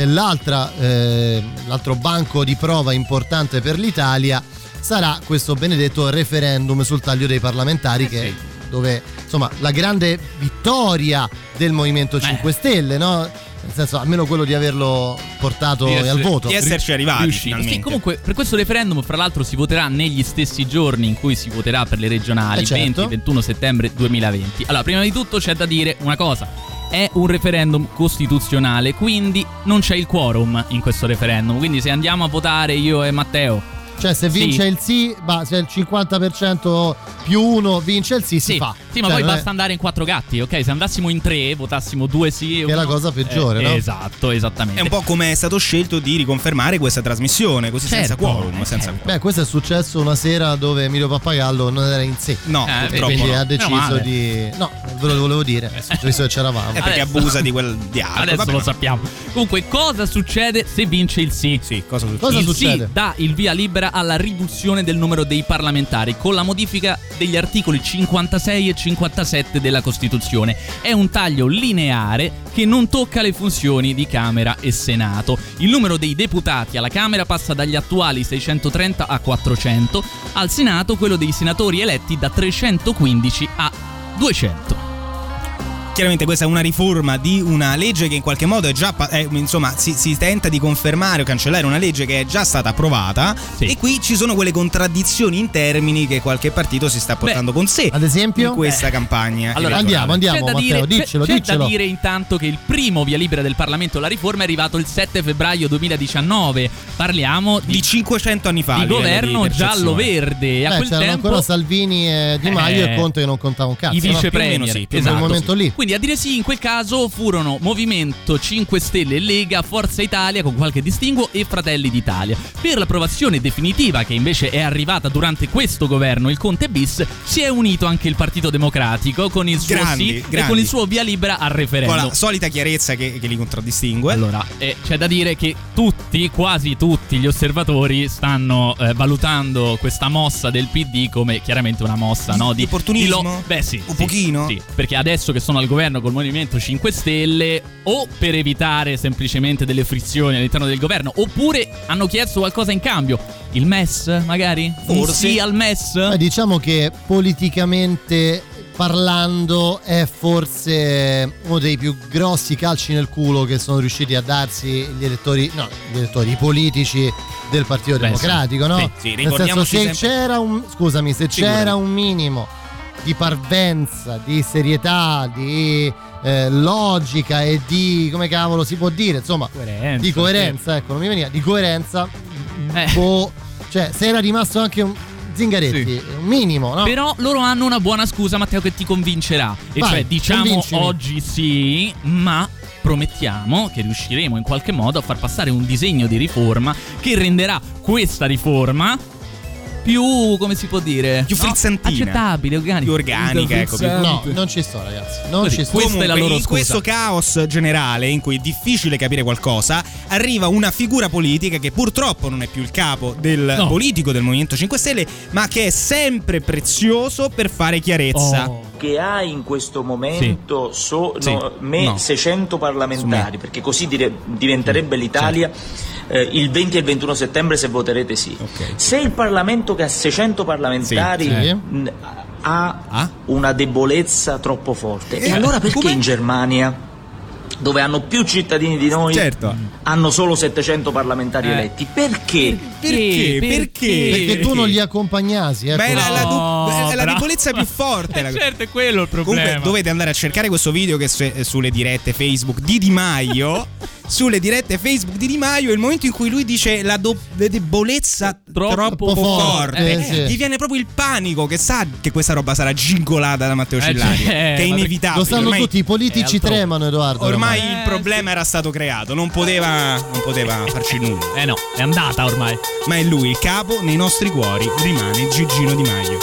l'altro banco di prova importante per l'Italia sarà questo benedetto referendum sul taglio dei parlamentari dove insomma la grande vittoria del Movimento 5 Stelle, no? Nel senso, almeno quello di averlo portato al voto, di esserci arrivati finalmente. Sì, comunque per questo referendum fra l'altro si voterà negli stessi giorni in cui si voterà per le regionali, 20 e 21 settembre 2020. Allora, prima di tutto c'è da dire una cosa: è un referendum costituzionale, quindi non c'è il quorum in questo referendum, quindi se andiamo a votare io e Matteo, cioè se vince il sì, se il 50% più 1 vince il sì, si fa. Sì, ma poi basta andare in 4 gatti, ok? Se andassimo in 3, votassimo 2 sì e 1 che è la cosa peggiore, no? Esatto, esattamente. È un po' come è stato scelto di riconfermare questa trasmissione, così senza quorum. Beh, questo è successo una sera dove Emilio Pappagallo non era in sé. No, quindi ha deciso di... No, ve lo volevo dire, visto che c'eravamo. È perché abusa di quel dialogo. Adesso lo sappiamo. Comunque, cosa succede se vince il sì? Sì, cosa succede? Sì dà il via libera alla riduzione del numero dei parlamentari con la modifica degli articoli 56 e 57 della Costituzione. È un taglio lineare che non tocca le funzioni di Camera e Senato. Il numero dei deputati alla Camera passa dagli attuali 630 a 400, al Senato quello dei senatori eletti da 315 a 200. Chiaramente questa è una riforma di una legge che in qualche modo è già si tenta di confermare o cancellare una legge che è già stata approvata, e qui ci sono quelle contraddizioni in termini che qualche partito si sta portando con sé, ad esempio in questa campagna. Allora andiamo Matteo, diccelo. Da dire intanto che il primo via libera del Parlamento alla riforma è arrivato il 7 febbraio 2019. Parliamo di 500 anni fa di governo giallo-verde. A quel c'erano tempo ancora Salvini e Di Maio e Conte che non contava un cazzo, i vice premier, in quel momento lì. Quindi a dire sì in quel caso furono Movimento 5 Stelle, Lega, Forza Italia con qualche distinguo e Fratelli d'Italia. Per l'approvazione definitiva, che invece è arrivata durante questo governo, il Conte bis, si è unito anche il Partito Democratico con il suo grandi. e con il suo via libera al referendum. Con la solita chiarezza che li contraddistingue. Allora, c'è da dire che quasi tutti gli osservatori stanno valutando questa mossa del PD come chiaramente una mossa di opportunismo? Un pochino? Sì, perché adesso che sono al governo col Movimento 5 Stelle, o per evitare semplicemente delle frizioni all'interno del governo, oppure hanno chiesto qualcosa in cambio. Il MES magari? Forse. Sì al MES? Diciamo che politicamente parlando è forse uno dei più grossi calci nel culo che sono riusciti a darsi i politici del Partito Democratico, no? Sì, nel senso, se c'era un minimo di parvenza, di serietà, di logica e di, come cavolo si può dire, insomma, di coerenza, ecco, non mi veniva, di coerenza, cioè se era rimasto anche un Zingaretti, un minimo, no? Però loro hanno una buona scusa, Matteo, che ti convincerà. E vai, cioè, diciamo convincimi. Oggi sì, ma promettiamo che riusciremo in qualche modo a far passare un disegno di riforma che renderà questa riforma più, come si può dire, più frizzantina, accettabile, più organica, ecco. No, non ci sto, ragazzi. Non ci sto. Questa è la loro in scusa. Questo caos generale in cui è difficile capire qualcosa, arriva una figura politica che purtroppo non è più il capo del politico del Movimento 5 Stelle, ma che è sempre prezioso per fare chiarezza. Che ha in questo momento 600 parlamentari, perché così diventerebbe l'Italia il 20 e il 21 settembre se voterete sì. Se il Parlamento che ha 600 parlamentari ha una debolezza troppo forte, e allora perché in Germania, dove hanno più cittadini di noi, hanno solo 700 parlamentari eletti? Perché? Perché tu non li accompagnasi, ecco. Beh, è la debolezza più forte. Certo, è quello il problema. Comunque dovete andare a cercare questo video che è sulle dirette Facebook di Di Maio sulle dirette Facebook di Di Maio, è il momento in cui lui dice la debolezza troppo forte. Sì. Gli viene proprio il panico, che sa che questa roba sarà gingolata da Matteo Cillario, che è inevitabile. Lo sanno ormai, tutti, i politici tremano, Edoardo. Ormai il problema era stato creato, non poteva farci nulla. No, è andata ormai. Ma è lui il capo, nei nostri cuori rimane Gigino Di Maio.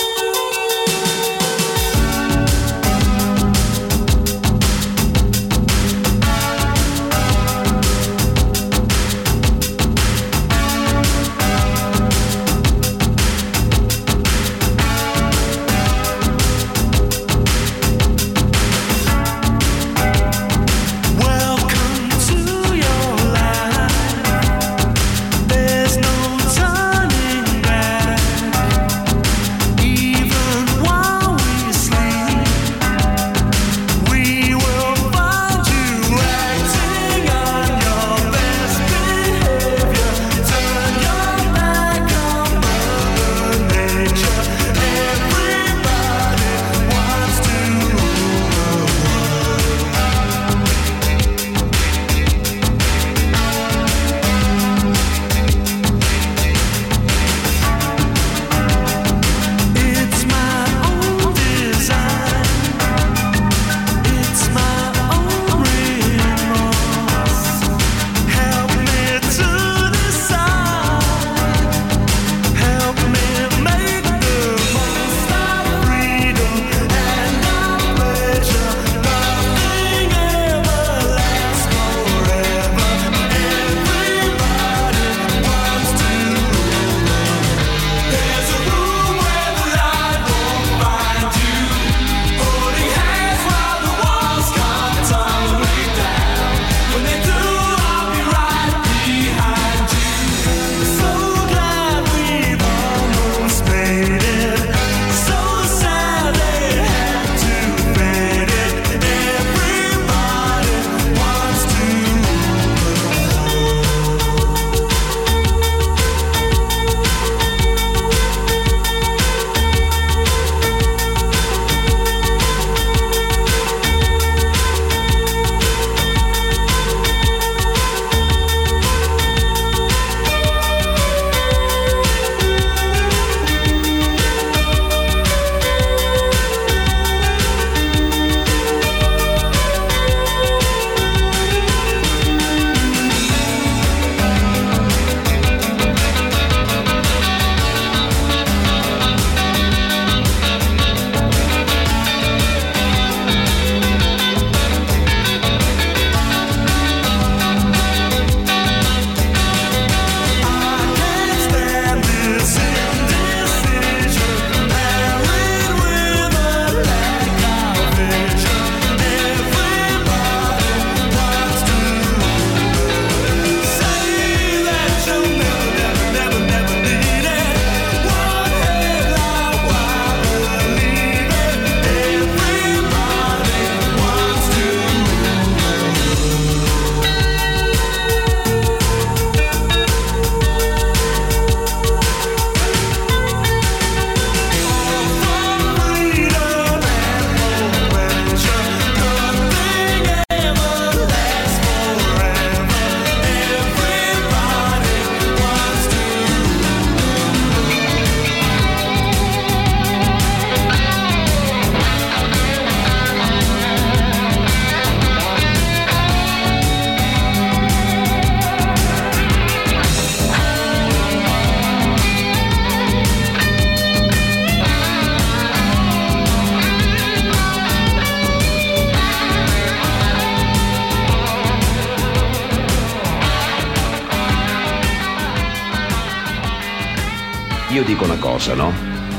Io dico una cosa, no?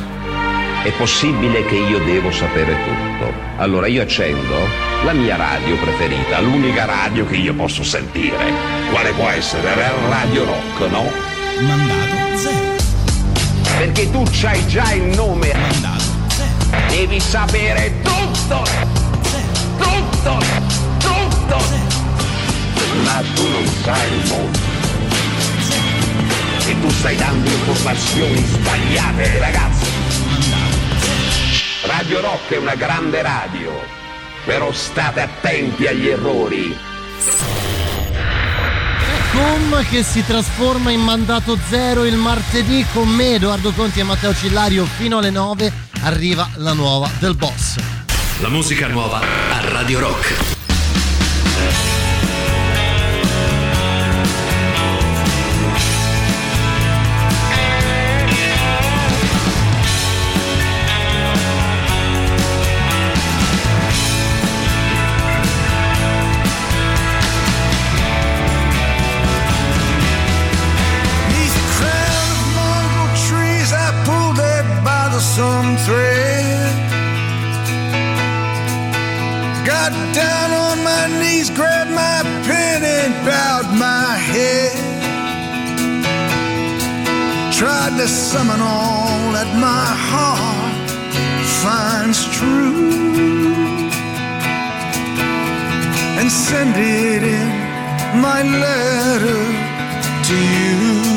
È possibile che io devo sapere tutto. Allora io accendo la mia radio preferita, l'unica radio che io posso sentire. Quale può essere? Radio Rock, no? Mandato zero. Perché tu c'hai già il nome. Mandato zero. Devi sapere tutto. Tutto. Tutto. Ma tu non sai il mondo. E tu stai dando informazioni sbagliate, ragazzi. Radio Rock è una grande radio, però state attenti agli errori. Unicum che si trasforma in mandato zero il martedì. Con me, Edoardo Conti e Matteo Cillario, fino alle 9 arriva la nuova del Boss. La musica nuova a Radio Rock. Some thread. Got down on my knees, grabbed my pen and bowed my head. Tried to summon all that my heart finds true and send it in my letter to you.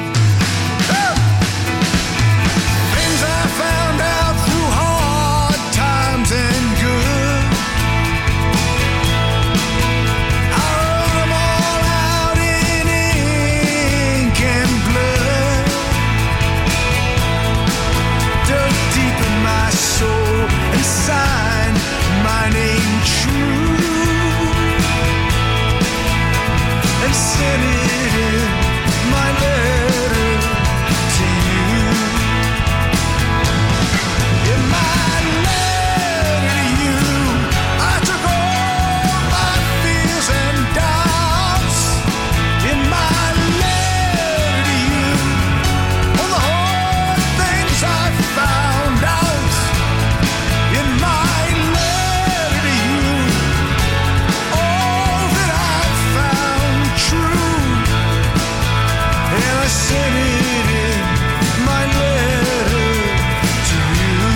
Sign my name true and send it in my letter to you. In my letter to you, I took all my fears and doubts. In my letter to you, all the hard things I found out. In my letter to you, all that I've found true, and I sent it in my letter to you.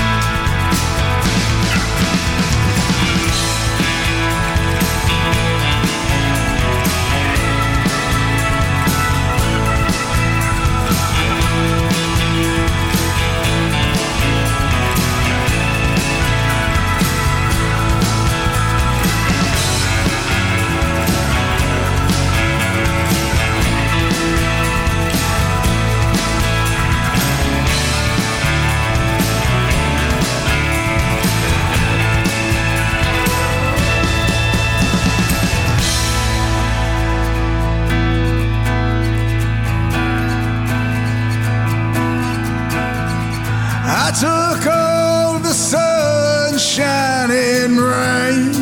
I took all the sunshine and rain,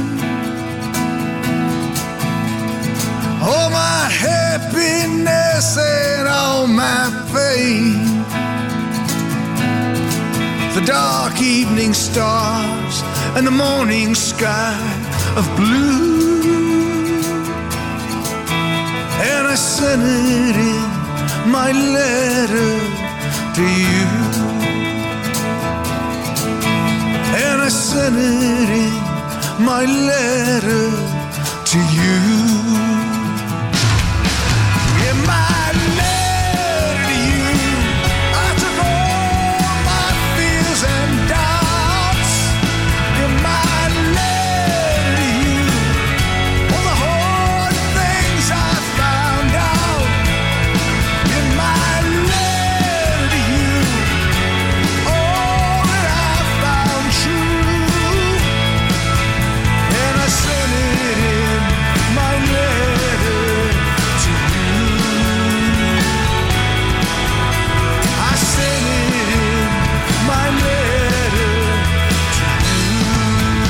all my happiness and all my pain, the dark evening stars and the morning sky of blue, and I sent it in my letter to you. And I sent it in my letter to you. In my letter to you, I took all my fears and doubts. In my letter to you, all the hard things I found out. In my letter to you, all that I found true, and I sent it in my letter to you. I sent it in my letter to you.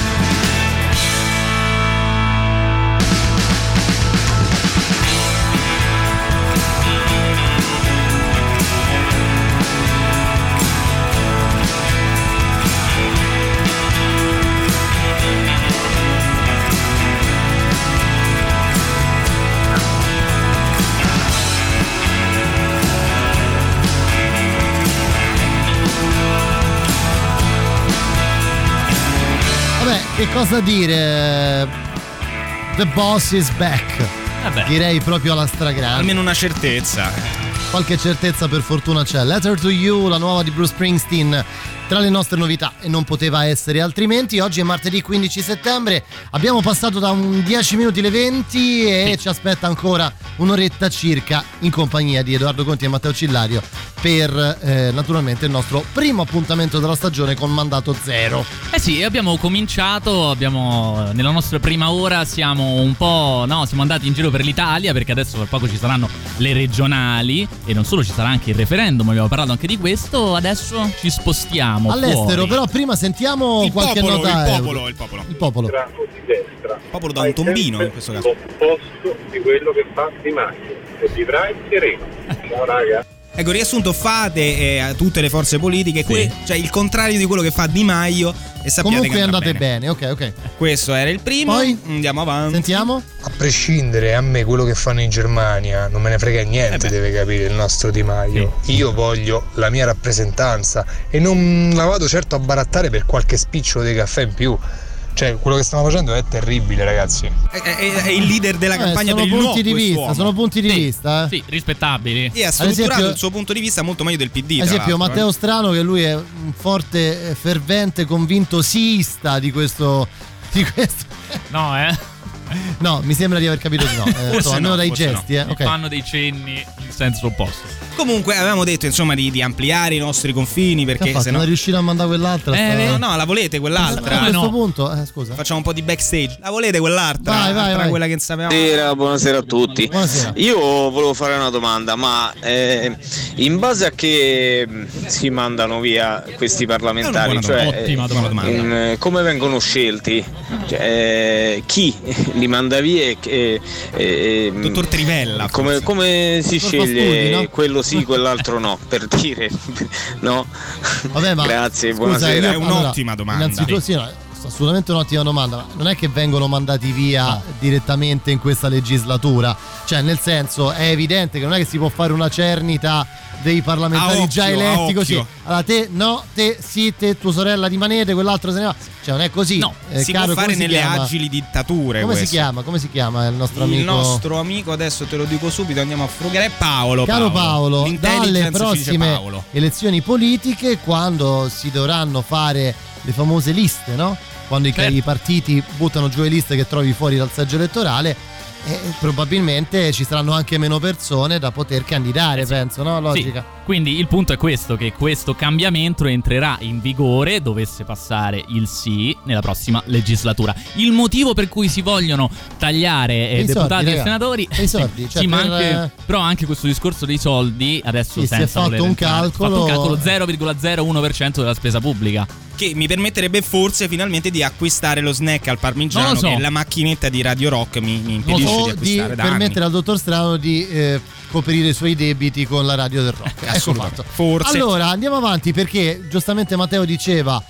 Vabbè, che cosa dire? The Boss is back. Vabbè. Direi proprio alla stragrande. Almeno una certezza. qualche certezza per fortuna c'è. Letter to You, la nuova di Bruce Springsteen, tra le nostre novità, e non poteva essere altrimenti. Oggi è martedì 15 settembre, abbiamo passato da un 10 minuti le 20 e ci aspetta ancora un'oretta circa in compagnia di Edoardo Conti e Matteo Cillario per naturalmente il nostro primo appuntamento della stagione con mandato zero. Sì, abbiamo cominciato, nella nostra prima ora siamo un po', siamo andati in giro per l'Italia, perché adesso per poco ci saranno le regionali e non solo, ci sarà anche il referendum, abbiamo parlato anche di questo. Adesso ci spostiamo all'estero, fuori. Però prima sentiamo qualche nota. Il popolo da un tombino in questo caso. L'opposto di quello che fa Di Maio, e vivrai sereno. Ciao raga. Ecco, riassunto, fate a tutte le forze politiche cioè il contrario di quello che fa Di Maio, e sappiate comunque che andate bene. Ok. Questo era il primo. Poi andiamo avanti. Sentiamo. A prescindere, a me quello che fanno in Germania non me ne frega niente, deve capire il nostro Di Maio. Io voglio la mia rappresentanza e non la vado certo a barattare per qualche spicciolo di caffè in più. Cioè, quello che stiamo facendo è terribile, ragazzi. È il leader della campagna per il no. Sono punti di vista. Sì, rispettabili. E ha strutturato il suo punto di vista molto meglio del PD. Ad esempio, Matteo Strano, che lui è un forte, fervente, convinto siista di questo. No, mi sembra di aver capito di no. Almeno dai gesti, Fanno dei cenni in senso opposto. Comunque avevamo detto insomma di ampliare i nostri confini, perché se no non riuscire a mandare quell'altra. No, la volete quell'altra? A questo punto, scusa. Facciamo un po' di backstage. La volete quell'altra? Vai. Quella che sapevamo. Buonasera a tutti. Buonasera. Io volevo fare una domanda, ma in base a che si mandano via questi parlamentari? Ottima domanda. Come vengono scelti? Chi li manda via? Dottor Trivella. Come si sceglie studi, no? quello sì, quell'altro no, per dire, no? Vabbè, ma grazie, scusa, buonasera. È un'ottima domanda. Innanzitutto assolutamente un'ottima domanda, ma non è che vengono mandati via direttamente in questa legislatura, cioè nel senso è evidente che non è che si può fare una cernita dei parlamentari già eletti così. Allora te no, te sì, te tua sorella rimanete, quell'altro se ne va. Cioè non è così. No, si può fare nelle agili dittature. Come si chiama il nostro amico? Il nostro amico, adesso te lo dico subito, andiamo a frugare, è Paolo. Caro Paolo, dalle prossime Paolo. elezioni politiche, quando si dovranno fare le famose liste, no? Quando i partiti buttano giù le liste che trovi fuori dal seggio elettorale, probabilmente ci saranno anche meno persone da poter candidare, penso, no? Logica. Sì. Quindi il punto è questo, che questo cambiamento entrerà in vigore, dovesse passare il sì, nella prossima legislatura. Il motivo per cui si vogliono tagliare deputati e senatori, i soldi, cioè però anche questo discorso dei soldi adesso si è fatto un calcolo 0,01% della spesa pubblica, che mi permetterebbe forse finalmente di acquistare lo snack al parmigiano, che la macchinetta di Radio Rock mi impedisce di acquistare da permettere al dottor Strano di coprire i suoi debiti con la radio del rock. Ecco fatto. Forse. Allora andiamo avanti, perché giustamente Matteo diceva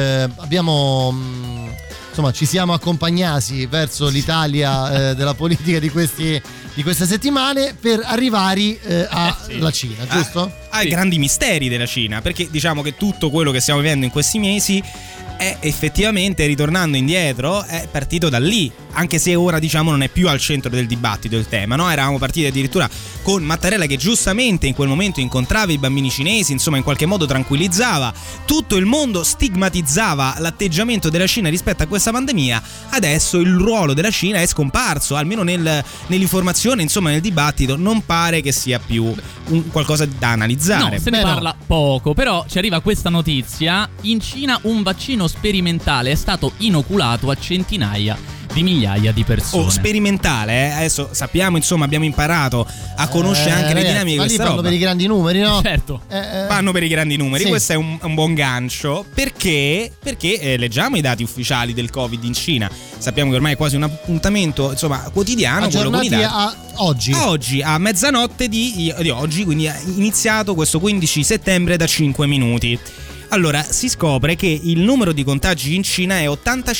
ci siamo accompagnati verso l'Italia della politica di queste settimane per arrivare alla Cina, giusto? Ai grandi misteri della Cina, perché diciamo che tutto quello che stiamo vivendo in questi mesi è effettivamente, ritornando indietro, è partito da lì, anche se ora diciamo non è più al centro del dibattito il tema, no? Eravamo partiti addirittura con Mattarella che giustamente in quel momento incontrava i bambini cinesi, insomma in qualche modo tranquillizzava, tutto il mondo stigmatizzava l'atteggiamento della Cina rispetto a questa pandemia. Adesso il ruolo della Cina è scomparso, almeno nell'informazione, insomma nel dibattito non pare che sia più qualcosa da analizzare. No, se ne parla poco, però ci arriva questa notizia: in Cina un vaccino sperimentale è stato inoculato a centinaia di migliaia di persone. Sperimentale, adesso sappiamo, insomma abbiamo imparato a conoscere anche le dinamiche di questa roba. Vanno per i grandi numeri, no? Certo. Vanno per i grandi numeri, sì. Questo è un buon gancio, perché leggiamo i dati ufficiali del Covid in Cina. Sappiamo che ormai è quasi un appuntamento, insomma, quotidiano, aggiornati a oggi a mezzanotte di oggi, quindi è iniziato questo 15 settembre da 5 minuti. Allora, si scopre che il numero di contagi in Cina è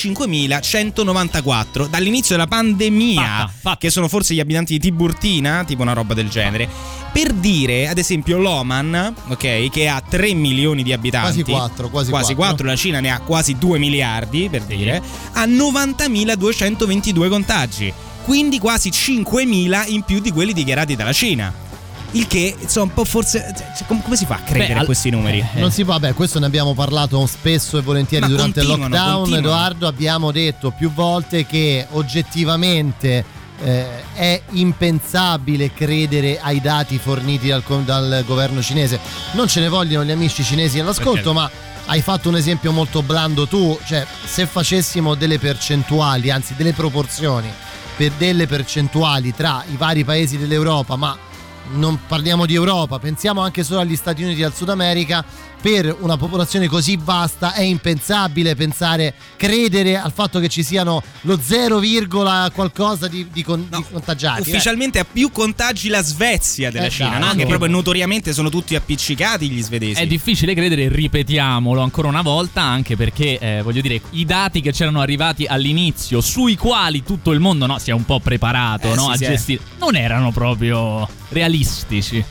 85.194 dall'inizio della pandemia, che sono forse gli abitanti di Tiburtina, tipo una roba del genere. Per dire, ad esempio, l'Oman, ok, che ha 3 milioni di abitanti, quasi 4, la Cina ne ha quasi 2 miliardi, per dire, ha 90.222 contagi, quindi quasi 5.000 in più di quelli dichiarati dalla Cina. Il che, insomma, un po' forse. Come si fa a credere a questi numeri? Non si può, questo ne abbiamo parlato spesso e volentieri durante il lockdown. Edoardo, abbiamo detto più volte che oggettivamente è impensabile credere ai dati forniti dal governo cinese. Non ce ne vogliono gli amici cinesi all'ascolto, ma hai fatto un esempio molto blando tu, cioè se facessimo delle percentuali, anzi delle proporzioni per delle percentuali tra i vari paesi dell'Europa, ma non parliamo di Europa, pensiamo anche solo agli Stati Uniti e al Sud America, per una popolazione così vasta è impensabile credere al fatto che ci siano lo 0, qualcosa di contagiati. Ufficialmente ha più contagi la Svezia della Cina, no? Che proprio notoriamente sono tutti appiccicati gli svedesi. È difficile credere, ripetiamolo ancora una volta, anche perché voglio dire, i dati che c'erano arrivati all'inizio, sui quali tutto il mondo si è un po' preparato a gestire, non erano proprio realistici.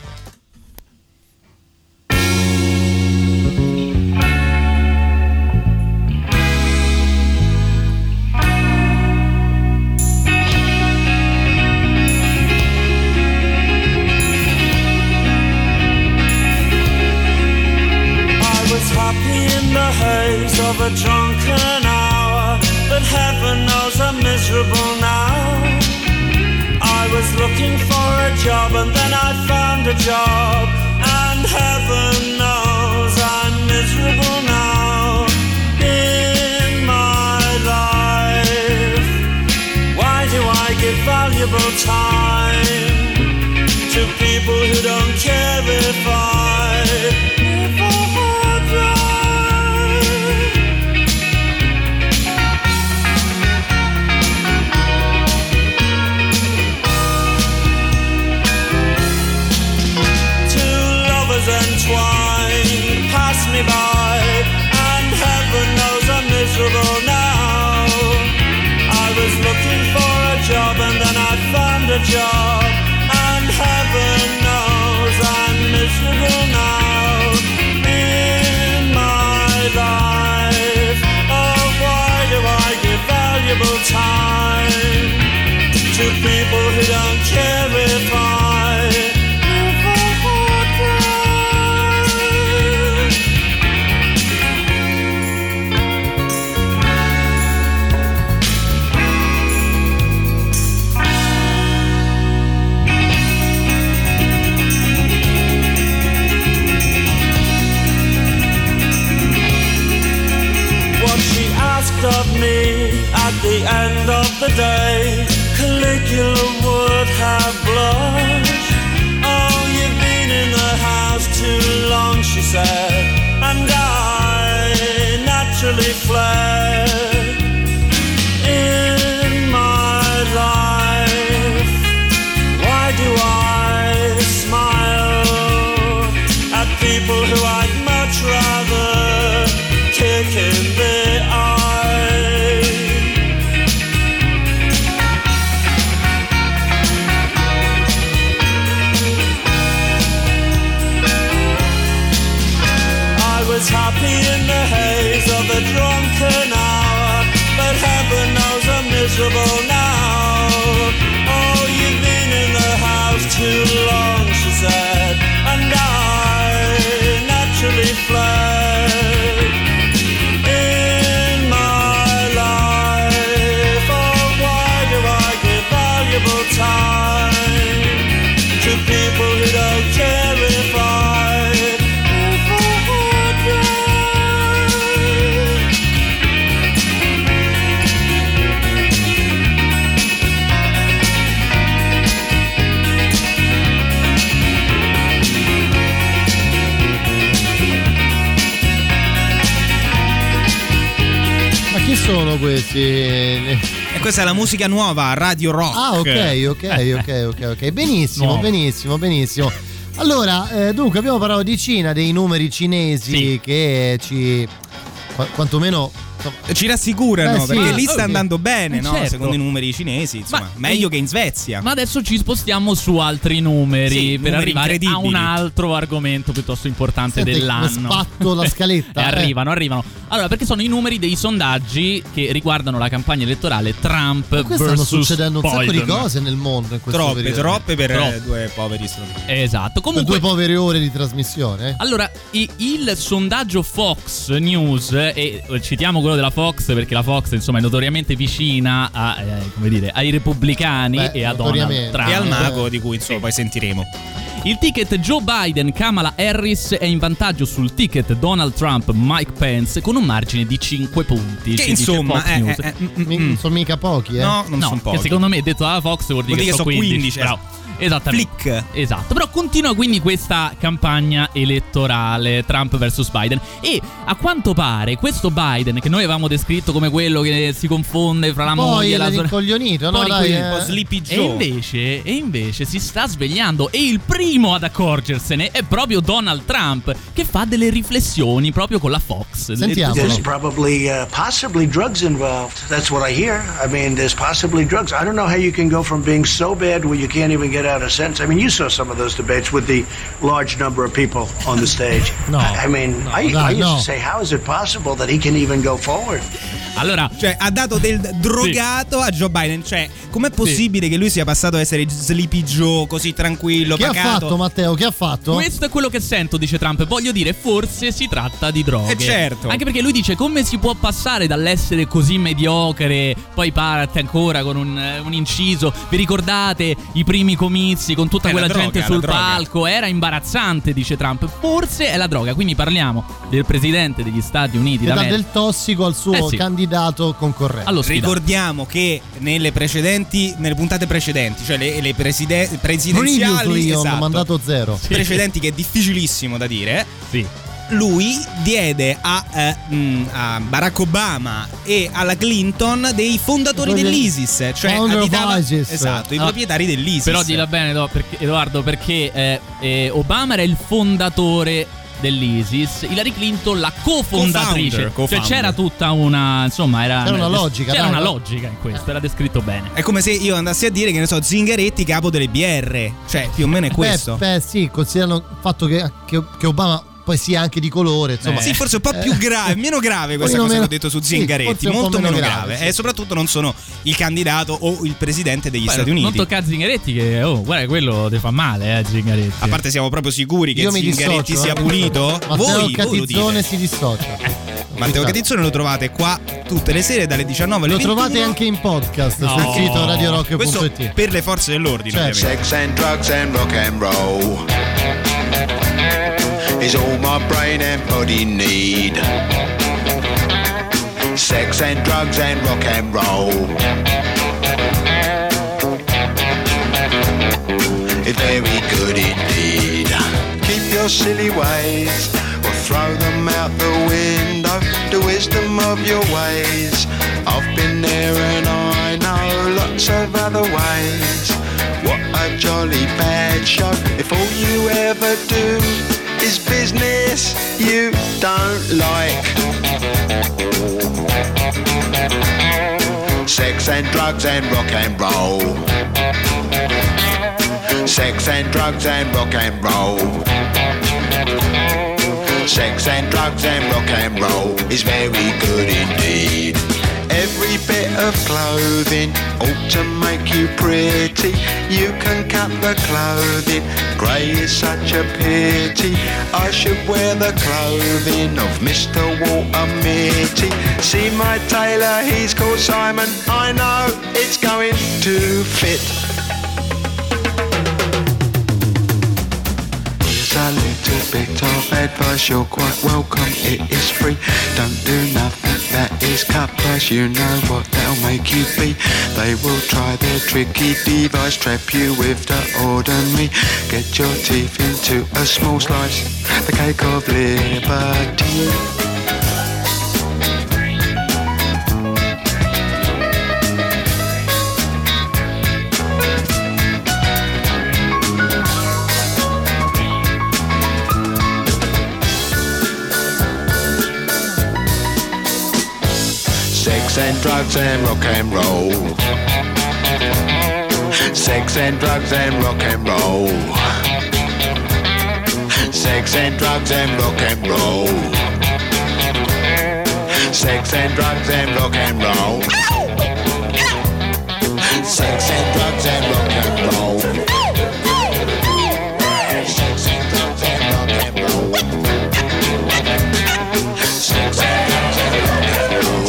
Of a drunken hour, but heaven knows I'm miserable now. I was looking for a job and then I found a job, and heaven knows I'm miserable now. In my life, why do I give valuable time to people who don't care if I live or die? Entwined, pass me by, and heaven knows I'm miserable now. I was looking for a job and then I found a job, and heaven knows I'm miserable now. In my life, oh why do I give valuable time to people who don't care if I of me at the end of the day, Caligula would have blushed. Oh, you've been in the house too long, she said, and I naturally fled. In my life, why do I smile at people who I'd much rather kick in the eye? Happy in the haze of a drunken hour, but heaven knows I'm miserable now. Oh, you've been in the house too long, she said, and I naturally fled. In my life, oh, why do I give valuable time to people who don't care if I chi sono questi? E questa è la musica nuova, Radio Rock. Ah, ok. Benissimo, no. benissimo. Allora, dunque abbiamo parlato di Cina, dei numeri cinesi, sì, che ci quantomeno ci rassicurano, sì. perché lì sta andando bene, no? Certo. Secondo i numeri cinesi, insomma, meglio che in Svezia. Ma adesso ci spostiamo su altri numeri Sì, per numeri arrivare a incredibili. un altro argomento piuttosto importante Senti, dell'anno. come spatto la scaletta. Arrivano. Allora, perché sono i numeri dei sondaggi che riguardano la campagna elettorale Trump Qui stanno versus succedendo un sacco di Biden. cose nel mondo in questo periodo. Troppe per due poveri stronzi. Esatto. Per Comunque, 2 povere ore di trasmissione. allora, il sondaggio Fox News, e citiamo quello della Fox perché la Fox, insomma, è notoriamente vicina a, come dire, ai repubblicani e a Donald Trump. E al mago, di cui insomma poi sentiremo. Il ticket Joe Biden Kamala Harris è in vantaggio sul ticket Donald Trump Mike Pence con un margine di 5 punti. Che ci dice insomma Fox News. Non sono mica pochi, No, non No, sono pochi. che secondo me, detto dalla Fox, vuol dire che sono 15. Bravo. Esattamente. Flick. Esatto. Però continua quindi questa campagna elettorale Trump vs Biden. E a quanto pare questo Biden, che noi avevamo descritto come quello che si confonde fra la moglie e la sorella, rincoglionito, no? poi Dai, un po' Sleepy e Joe. invece si sta svegliando. E il primo ad accorgersene è proprio Donald Trump, che fa delle riflessioni proprio con la Fox. There's probably, possibly drugs involved. That's what I hear. I mean, there's possibly drugs. I don't know how you can go from being so bad where you can't even get out a sentence. I mean, you saw some of those debates with the large number of people on the stage. I used to say, how is it possible that he can even go forward? Allora, cioè, ha dato del drogato a Joe Biden. Cioè, com'è possibile che lui sia passato ad essere Sleepy Joe, così tranquillo, Che pacato? ha fatto, Matteo? Che ha fatto? Questo è quello che sento, dice Trump. Voglio dire, forse si tratta di droghe. Certo. Anche perché lui dice, come si può passare dall'essere così mediocre, poi parte ancora con un inciso. Vi ricordate i primi comizi con tutta quella gente sul palco? Era imbarazzante, dice Trump. Forse è la droga. Quindi parliamo del presidente degli Stati Uniti Che dà d'America. del tossico al suo candidato concorrente. Ricordiamo che nelle puntate precedenti, cioè le presidenziali, Previously on mandato zero. precedenti, che è difficilissimo da dire. Sì. Lui diede a Barack Obama e alla Clinton dei fondatori dell'ISIS, cioè additava, esatto, i proprietari dell'ISIS. Però dilla bene, Edoardo, perché Obama era il fondatore dell'ISIS, Hillary Clinton la cofondatrice. Cioè c'era tutta una, insomma, c'era una logica. C'era una logica in questo, era descritto bene. È come se io andassi a dire, che ne so, Zingaretti capo delle BR. Cioè, più o meno è questo. Sì, considerano il fatto che Obama poi sia anche di colore, insomma. Sì, forse un po' più grave, meno grave questa cosa che ho detto su Zingaretti, molto meno grave. sì. E soprattutto non sono il candidato o il presidente degli Stati Uniti. Non tocca a Zingaretti, che guarda, quello ti fa male, Zingaretti. A parte, siamo proprio sicuri che Zingaretti sia pulito? Matteo Voi Catizzone si dissocia. Matteo Catizzone lo trovate qua tutte le sere dalle 19 alle 21. Lo trovate anche in podcast sul sito radiorock.it. Questo per le forze dell'ordine, ovviamente. Sex and drugs and rock and roll is all my brain and body need. Sex and drugs and rock and roll is very good indeed. Keep your silly ways or throw them out the window. The wisdom of your ways, I've been there and I know lots of other ways. What a jolly bad show if all you ever do is business you don't like. Sex and drugs and rock and roll. Sex and drugs and rock and roll. Sex and drugs and rock and roll is very good indeed. Every bit of clothing ought to make you pretty. You can cut the clothing, grey is such a pity. I should wear the clothing of Mr. Walter Mitty. See my tailor, he's called Simon. I know it's going to fit. A little bit of advice, you're quite welcome, it is free. Don't do nothing that is cut price, you know what they'll make you be. They will try their tricky device, trap you with the ordinary. Get your teeth into a small slice, the cake of liberty. drugs and rock and roll. Sex and drugs and rock and roll. Sex and drugs and rock and roll. Sex and drugs and rock and roll. Sex and drugs and rock and roll. Sex and drugs and rock and roll. Sex and drugs and rock and roll.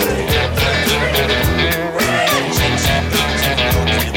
Sex and drugs and rock and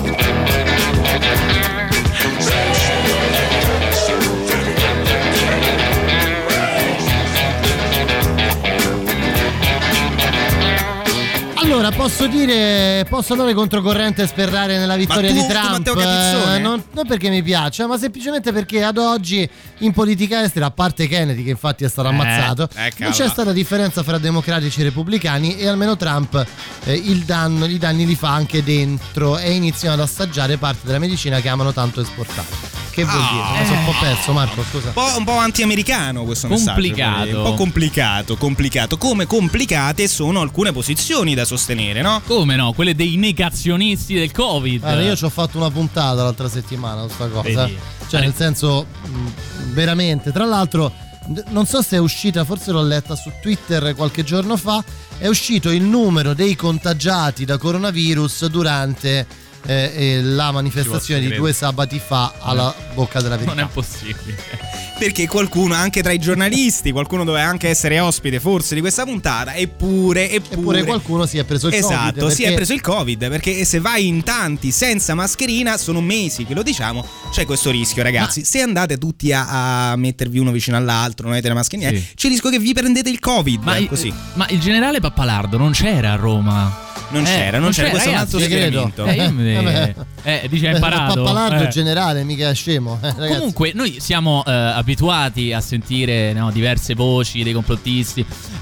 Allora, posso andare controcorrente e sperare nella vittoria di Trump, non perché mi piace, ma semplicemente perché ad oggi in politica estera, a parte Kennedy che infatti è stato ammazzato, non c'è stata differenza fra democratici e repubblicani, e almeno Trump i danni li fa anche dentro, e iniziano ad assaggiare parte della medicina che amano tanto esportare. Che vuol dire? Mi sono un po' perso, Marco, scusa. Un po' anti-americano questo messaggio. Complicato. Un po' complicato. Come complicate sono alcune posizioni da sostenere, no? Come no? Quelle dei negazionisti del Covid. Allora, io ci ho fatto una puntata l'altra settimana su sta cosa. Vedi. Cioè, nel senso, veramente. Tra l'altro, non so se è uscita, forse l'ho letta su Twitter qualche giorno fa, è uscito il numero dei contagiati da coronavirus durante la manifestazione di 2 sabati fa alla Bocca della Verità. Non è possibile. Perché qualcuno, anche tra i giornalisti, qualcuno doveva anche essere ospite forse di questa puntata, eppure qualcuno si è preso il Covid. Esatto, si è preso il Covid, perché se vai in tanti senza mascherina, sono mesi che lo diciamo, c'è questo rischio, ragazzi. Se andate tutti a mettervi uno vicino all'altro, non avete la mascherina, c'è il rischio che vi prendete il Covid. Così. Ma il generale Pappalardo non c'era a Roma. Non c'era, questo è un altro schieramento. Dice, hai imparato. Pappalardo generale, mica scemo. Comunque, noi siamo abituati a sentire diverse voci dei complottisti,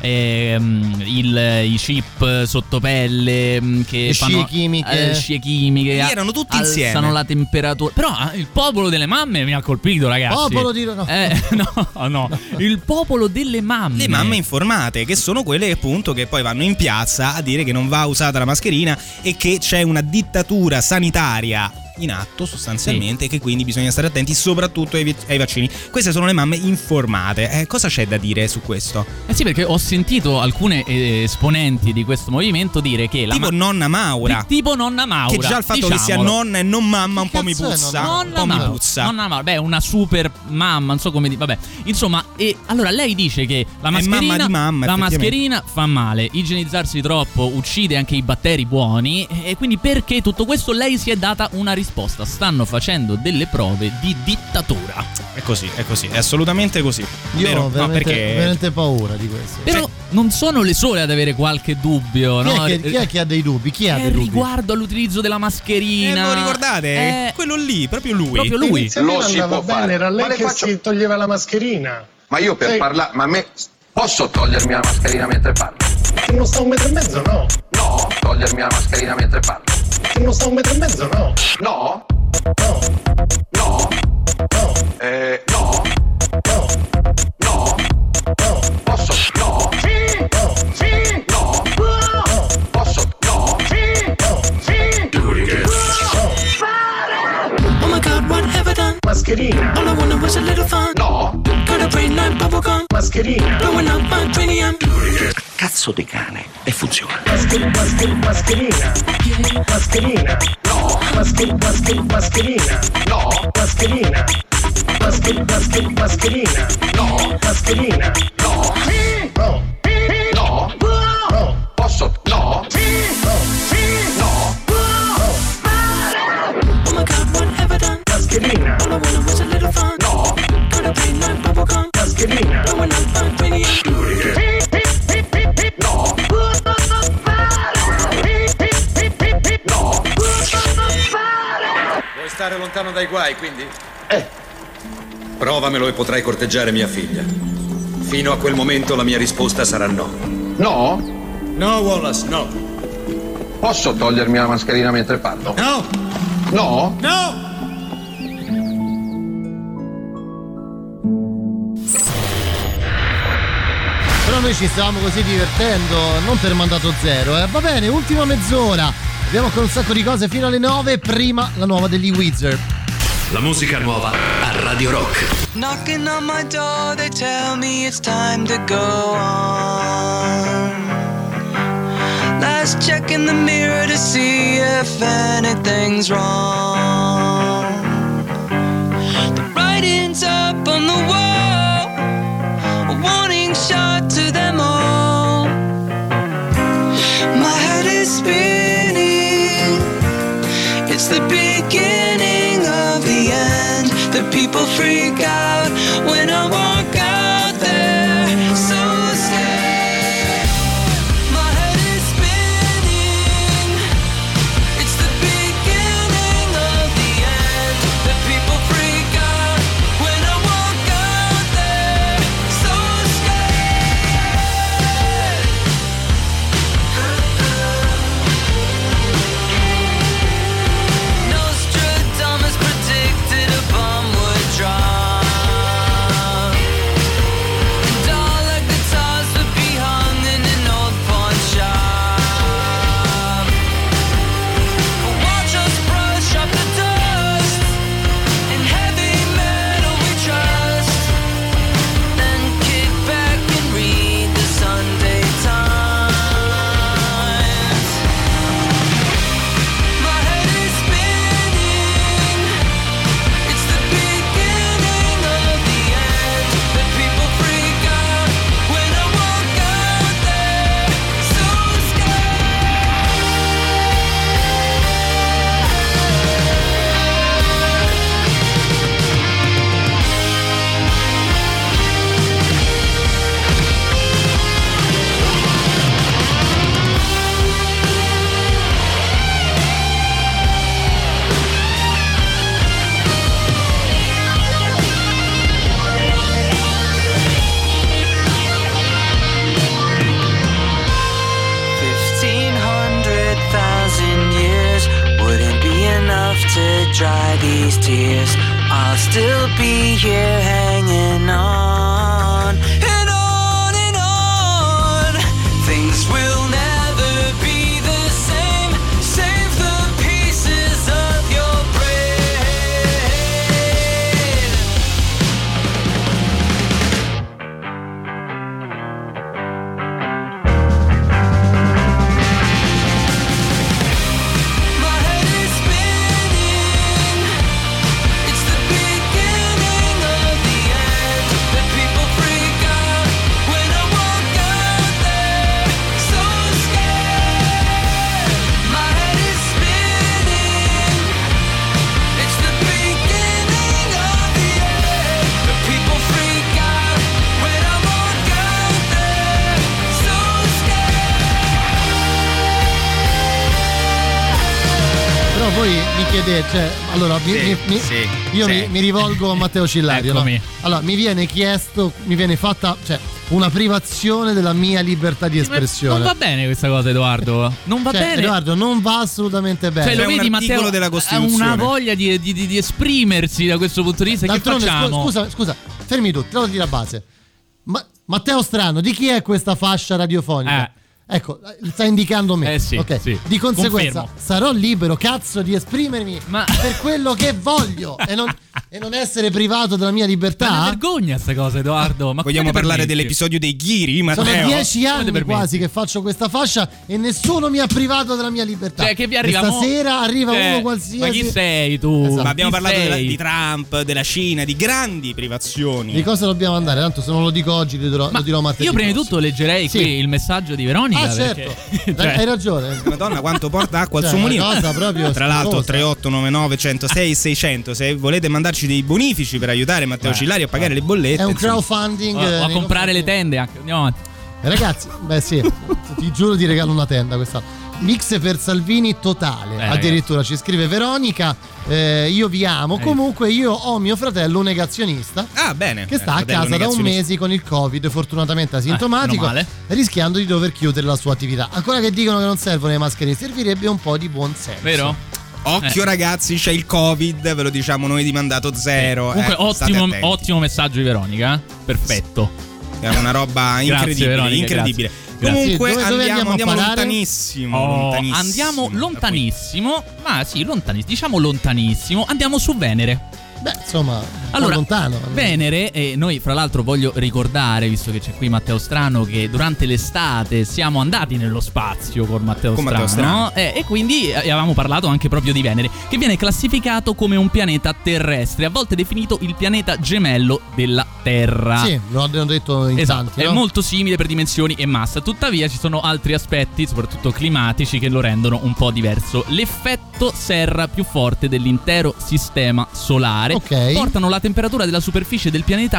i chip sottopelle, che fanno scie chimiche, erano tutti insieme, alzano la temperatura. Però il popolo delle mamme mi ha colpito, ragazzi. No. Il popolo delle mamme. Le mamme informate, che sono quelle appunto che poi vanno in piazza a dire che non va usata la mascherina e che c'è una dittatura sanitaria in atto sostanzialmente, e che quindi bisogna stare attenti soprattutto ai vaccini. Queste sono le mamme informate. Cosa c'è da dire su questo? Sì, perché ho sentito alcune esponenti di questo movimento dire che tipo nonna Maura, che già il fatto che sia nonna e non mamma un po' mi puzza. Nonna Maura, beh, una super mamma, non so come dire, vabbè. Insomma, allora lei dice che la mascherina fa male, igienizzarsi troppo uccide anche i batteri buoni, e quindi perché tutto questo lei si è data una risposta: stanno facendo delle prove di dittatura. È così, è assolutamente così. Io ho veramente paura di questo. Però non sono le sole ad avere qualche dubbio, no? Chi è che ha dei dubbi? Chi ha dei dubbi? Riguardo all'utilizzo della mascherina. Lo ricordate? Quello lì, proprio lui. Lo si può fare. Era lei che si toglieva la mascherina. Ma io per parlare, ma a me posso togliermi la mascherina mentre parlo? Non sta 1,5 metri, no? No, togliermi la mascherina mentre parlo. Non sta 1,5 metri, no? No? No. No? No. No? No. No? No. Posso? No? Sì. No. Sì? No? No. Posso? No? Sì. No. Sì. Do it again. Oh my God, what have I done? Mascherina. All I wanted was a little fun. No? Got a brain like bubblegum. Mascherina. Blowing up my cranium. Cazzo di cane. E funziona. Mascherina. Mascherina. No? Mascherina. No? Mascherina. Mascherina. No? Mascherina. No? Sì. No. No? No. Posso? No? Sì. No. Sì. No? Oh my God, what have I done? Mascherina. All I wanted was a little fun. No? Got a brain like bubblegum. Mascherina. Blowing up my cranium. Do it again. No? No? Vuoi stare lontano dai guai, quindi? Provamelo e potrai corteggiare mia figlia. Fino a quel momento la mia risposta sarà no. No? No, Wallace, no. Posso togliermi la mascherina mentre parlo? No! No? No! Però noi ci stavamo così divertendo, non per mandato zero. Va bene, ultima mezz'ora. Abbiamo ancora un sacco di cose fino alle 9. Prima la nuova degli Wizard. La musica nuova a Radio Rock. Knocking on my door, they tell me it's time to go on. Last check in the mirror to see if anything's wrong. The writing's up on the wall, a warning shot to them all. My head is spinning, it's the beginning of the end. The people freak out when I walk out there, so scared. My head is spinning, it's the beginning of the end. The people freak out when I walk out there, so scared. Nostradamus predicted a bomb would drop. And all the guitars would be hung in an old pawn shop. Watch us brush up the dust. In heavy metal we trust. Then kick back and read the Sunday Times. My head is spinning, it's the beginning of the end. The people freak out when I walk out there, so years wouldn't be enough to dry these tears. I'll still be here hanging on and on and on. Things will never be the same. Save the pieces of your brain. My head is spinning, it's the beginning of the end. The people freak out when I walk out there, so scared. My head is spinning, it's the beginning of the end. The people freak out when I walk out there, so Però voi mi chiedete, cioè, allora io mi rivolgo a Matteo Cillario. No? Eccomi. Allora, mi viene chiesto, mi viene fatta, cioè, una privazione della mia libertà di espressione. Non va bene questa cosa, Edoardo. Non va bene. Edoardo, non va assolutamente bene. Cioè, lo vedi, Matteo della ha Costituzione. una voglia di esprimersi da questo punto di vista. Che D'altronde, facciamo? scusa, fermi tutti, te lo dico la base. Matteo Strano, di chi è questa fascia radiofonica? Ecco, sta indicando me. Sì, ok. sì. Di conseguenza Confermo. sarò libero, cazzo, di esprimermi per quello che voglio e non essere privato della mia libertà. Ma è una vergogna sta cosa, Edoardo. Ma vogliamo parlare dell'episodio dei ghiri, Matteo? Sono 10 anni quasi che faccio questa fascia e nessuno mi ha privato della mia libertà. Cioè, che vi arriva stasera arriva uno qualsiasi. Ma chi sei tu? Esatto. Ma abbiamo Chi parlato sei? di Trump, della Cina, di grandi privazioni. Di cosa dobbiamo andare? Tanto se non lo dico oggi lo dirò martedì. Io prima di tutto leggerei qui il messaggio di Veronica. Ah, certo. Hai ragione. Madonna, quanto porta acqua al suo mulino. Cosa proprio tra l'altro schifosa. 3899 106 600. Se volete mandarci dei bonifici per aiutare Matteo Cillario a pagare le bollette, È un insomma. crowdfunding. O a comprare le tende anche. Andiamo avanti. Ragazzi, beh sì, ti giuro ti regalo una tenda quest'anno. Mix per Salvini totale. Addirittura ci scrive Veronica. Io vi amo. Comunque io ho mio fratello un negazionista. Ah, bene. Che sta a casa da un mese con il Covid, fortunatamente asintomatico, rischiando di dover chiudere la sua attività. Ancora che dicono che non servono le mascherine, servirebbe un po' di buon senso. Vero? Occhio ragazzi, c'è il Covid, ve lo diciamo noi di mandato zero. Comunque ottimo messaggio di Veronica. Perfetto. È una roba incredibile, Veronica, incredibile. Grazie. Comunque Dove andiamo lontanissimo, Andiamo lontanissimo, ma sì, lontanissimo, diciamo lontanissimo, andiamo su Venere. Beh, insomma, allora, lontano. Venere, e noi fra l'altro voglio ricordare, visto che c'è qui Matteo Strano, che durante l'estate siamo andati nello spazio con Matteo Strano. E quindi avevamo parlato anche proprio di Venere, che viene classificato come un pianeta terrestre, a volte definito il pianeta gemello della Terra. Sì, lo abbiamo detto in tanti, è no? molto simile per dimensioni e massa, tuttavia ci sono altri aspetti, soprattutto climatici, che lo rendono un po' diverso. L'effetto serra più forte dell'intero sistema solare portano la temperatura della superficie del pianeta a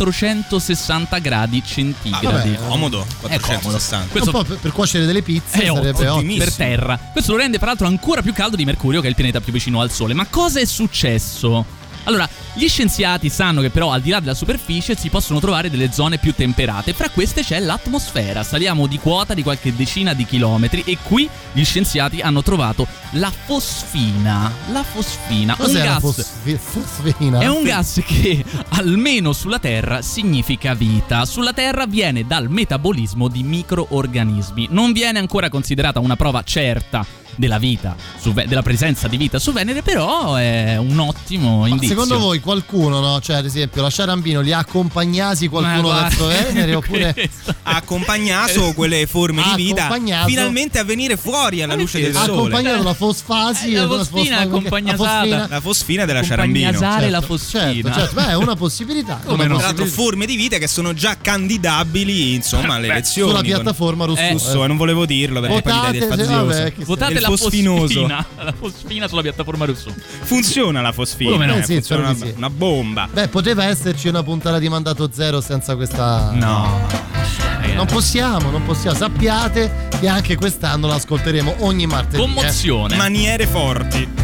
460 gradi centigradi. Comodo, 460. Questo un po' per cuocere delle pizze sarebbe ottimo per terra. Questo lo rende peraltro ancora più caldo di Mercurio, che è il pianeta più vicino al Sole. Ma cosa è successo? Allora, gli scienziati sanno che però al di là della superficie si possono trovare delle zone più temperate. Fra queste c'è l'atmosfera. Saliamo di quota di qualche decina di chilometri e qui gli scienziati hanno trovato la fosfina. La fosfina, cos'è un la gas. Fosfina? È un gas che almeno sulla Terra significa vita. Sulla Terra viene dal metabolismo di microorganismi. Non viene ancora considerata una prova certa della vita, della presenza di vita su Venere, però è un ottimo indizio. Secondo voi qualcuno, no? Cioè, ad esempio, la Sciarambino li ha accompagnati qualcuno verso Venere oppure ha accompagnato quelle forme di vita finalmente a venire fuori alla luce del sole. Ha accompagnato la fosfasi, la fosfina della Sciarambino. La fosfina. Certo. Beh, è una possibilità. Tra l'altro forme di vita che sono già candidabili, insomma, alle elezioni sulla piattaforma Rousseau. Non volevo dirlo perché poi l'idea del fazioso. Votate la fosfina. La fosfina sulla piattaforma Rousseau. Funziona la fosfina. Come no? Funziona una bomba. Beh, poteva esserci una puntata di Mandato Zero senza questa. No. Non possiamo. Sappiate che anche quest'anno l'ascolteremo ogni martedì. Commozione. Maniere forti.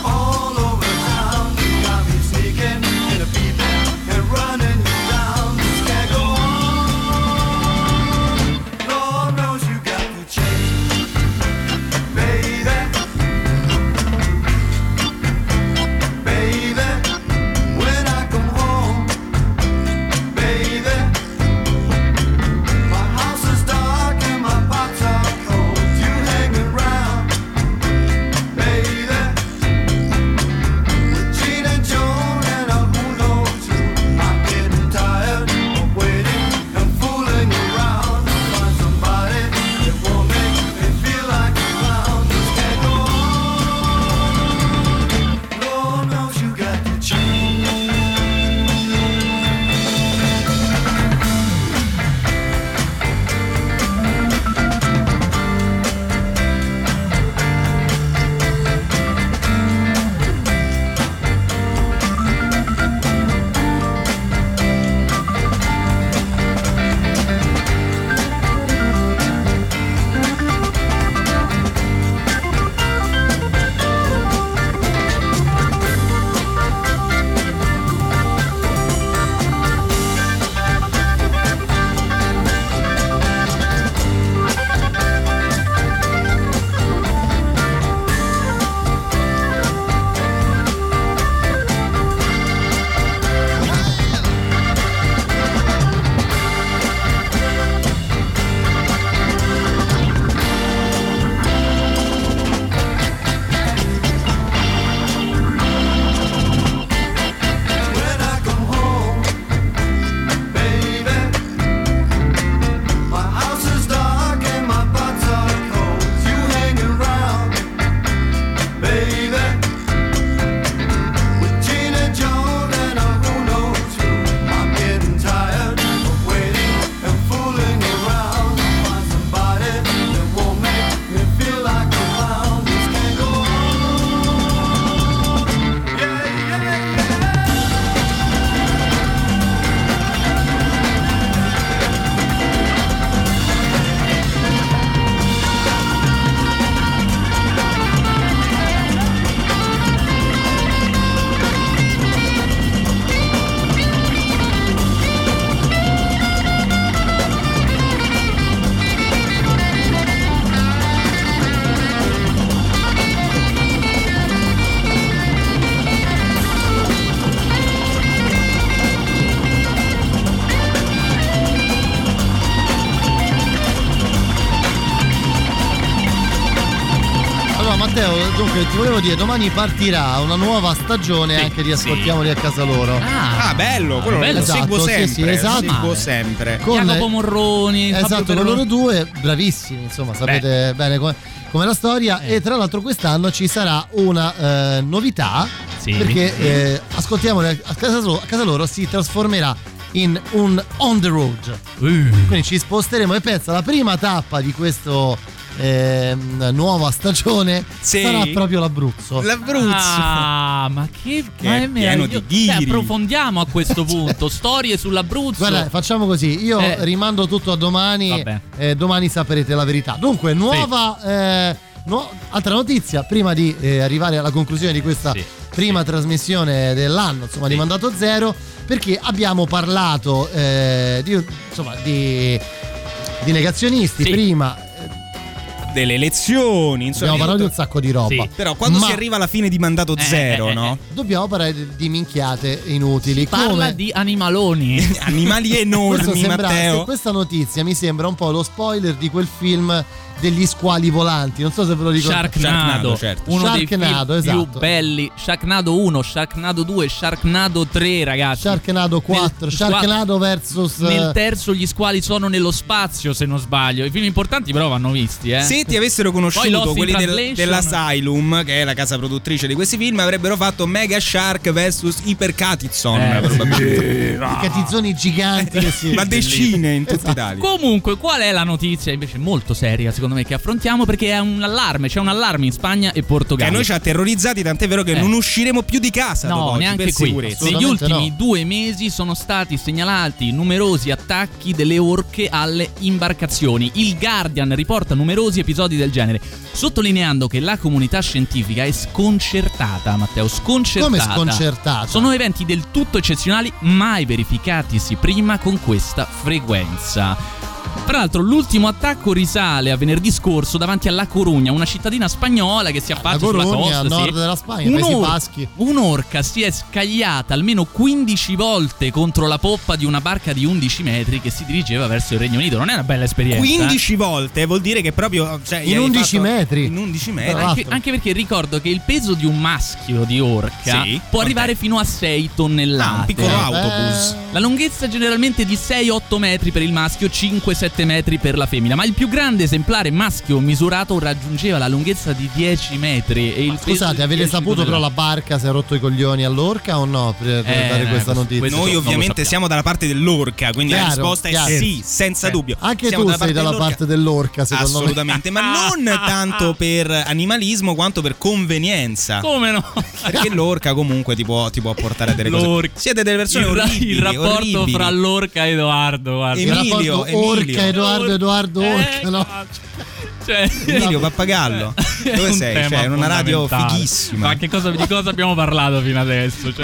Running down Allora Matteo, dunque ti volevo dire, domani partirà una nuova stagione anche di Ascoltiamoli a casa loro. Bello, quello bello. lo seguo sempre. Sì, esatto. Seguo sempre. Con Jacopo Morroni, esatto, con loro due bravissimi, insomma, sapete bene come la storia. E tra l'altro quest'anno ci sarà una novità, perché Ascoltiamoli a casa loro si trasformerà in un on the road. Quindi ci sposteremo, e pensa, la prima tappa di questo nuova stagione sarà proprio l'Abruzzo. Ma che è pieno di ghiri. Approfondiamo a questo punto storie sull'Abruzzo. Guarda, facciamo così, io rimando tutto a domani, domani saprete la verità. Dunque, altra notizia prima di arrivare alla conclusione di questa prima trasmissione dell'anno, insomma, di Mandato Zero, perché abbiamo parlato di negazionisti prima delle elezioni, insomma, abbiamo parlato di un sacco di roba. Però quando si arriva alla fine di Mandato Zero, no? Dobbiamo parlare di minchiate inutili. Parla di animaloni. Animali enormi, Matteo. Questa notizia mi sembra un po' lo spoiler di quel film degli squali volanti, non so se ve lo ricordate. Sharknado, certo. Uno Sharknado, dei film esatto. più belli. Sharknado 1, Sharknado 2, Sharknado 3, ragazzi. Sharknado 4, Sharknado versus nel terzo gli squali sono nello spazio, se non sbaglio. I film importanti però vanno visti, Se ti avessero conosciuto quelli dell'Asylum, che è la casa produttrice di questi film, avrebbero fatto Mega Shark versus Iper Catizon, probabilmente. I catizzoni giganti ma decine in tutta Italia. Comunque, qual è la notizia invece molto seria, secondo me, che affrontiamo, perché è un allarme, c'è un allarme in Spagna e Portogallo. Che a noi ci ha terrorizzati, tant'è vero che non usciremo più di casa. No, neanche qui. Negli ultimi 2 mesi sono stati segnalati numerosi attacchi delle orche alle imbarcazioni. Il Guardian riporta numerosi episodi del genere, sottolineando che la comunità scientifica è sconcertata, Matteo, sconcertata. Come sconcertata? Sono eventi del tutto eccezionali, mai verificatisi prima con questa frequenza. Tra l'altro l'ultimo attacco risale a venerdì scorso davanti a La Corugna, una cittadina spagnola che si affaccia sulla costa, a nord della Spagna, Paesi Baschi. Un'orca si è scagliata almeno 15 volte contro la poppa di una barca di 11 metri che si dirigeva verso il Regno Unito. Non è una bella esperienza. 15 volte vuol dire che proprio in 11 metri. In 11 metri. Anche perché ricordo che il peso di un maschio di orca può arrivare fino a 6 tonnellate. Un piccolo autobus. La lunghezza generalmente di 6-8 metri per il maschio, 5-7 metri per la femmina, ma il più grande esemplare maschio misurato raggiungeva la lunghezza di 10 metri e il Scusate, avete saputo però la barca si è rotto i coglioni all'orca o no per dare questa notizia? Noi ovviamente siamo dalla parte dell'orca, quindi la risposta è sì, senza dubbio. Anche siamo tu sei dalla parte dell'orca, secondo assolutamente, me. ma non tanto per animalismo quanto per convenienza. Come no? Perché l'orca comunque ti può portare a delle cose. Siete delle persone orribili. Il rapporto fra l'orca e Edoardo, guarda. Emilio. Edoardo, orca, no? Cioè, Emilio Pappagallo, dove sei? Cioè, è una radio fighissima. Ma di cosa abbiamo parlato fino adesso?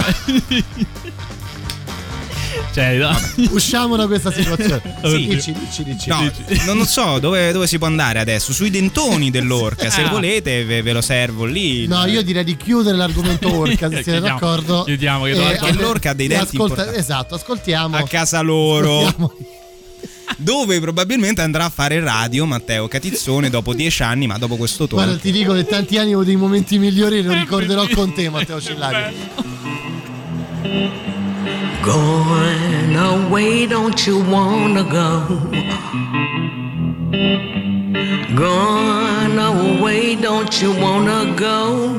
No. Usciamo da questa situazione. Dici. No, non so dove si può andare adesso. Sui dentoni dell'orca, se volete ve lo servo lì. No, io direi di chiudere l'argomento orca, se siete d'accordo. Chiudiamo che l'orca ha dei denti importanti. Esatto, ascoltiamo a casa loro. Dove probabilmente andrà a fare radio Matteo Catizzone dopo 10 anni, ma dopo questo tour. Guarda, ti dico che tanti anni ho dei momenti migliori e lo ricorderò con te, Matteo Cillari. Going away, don't you wanna go? Going away, don't you wanna go?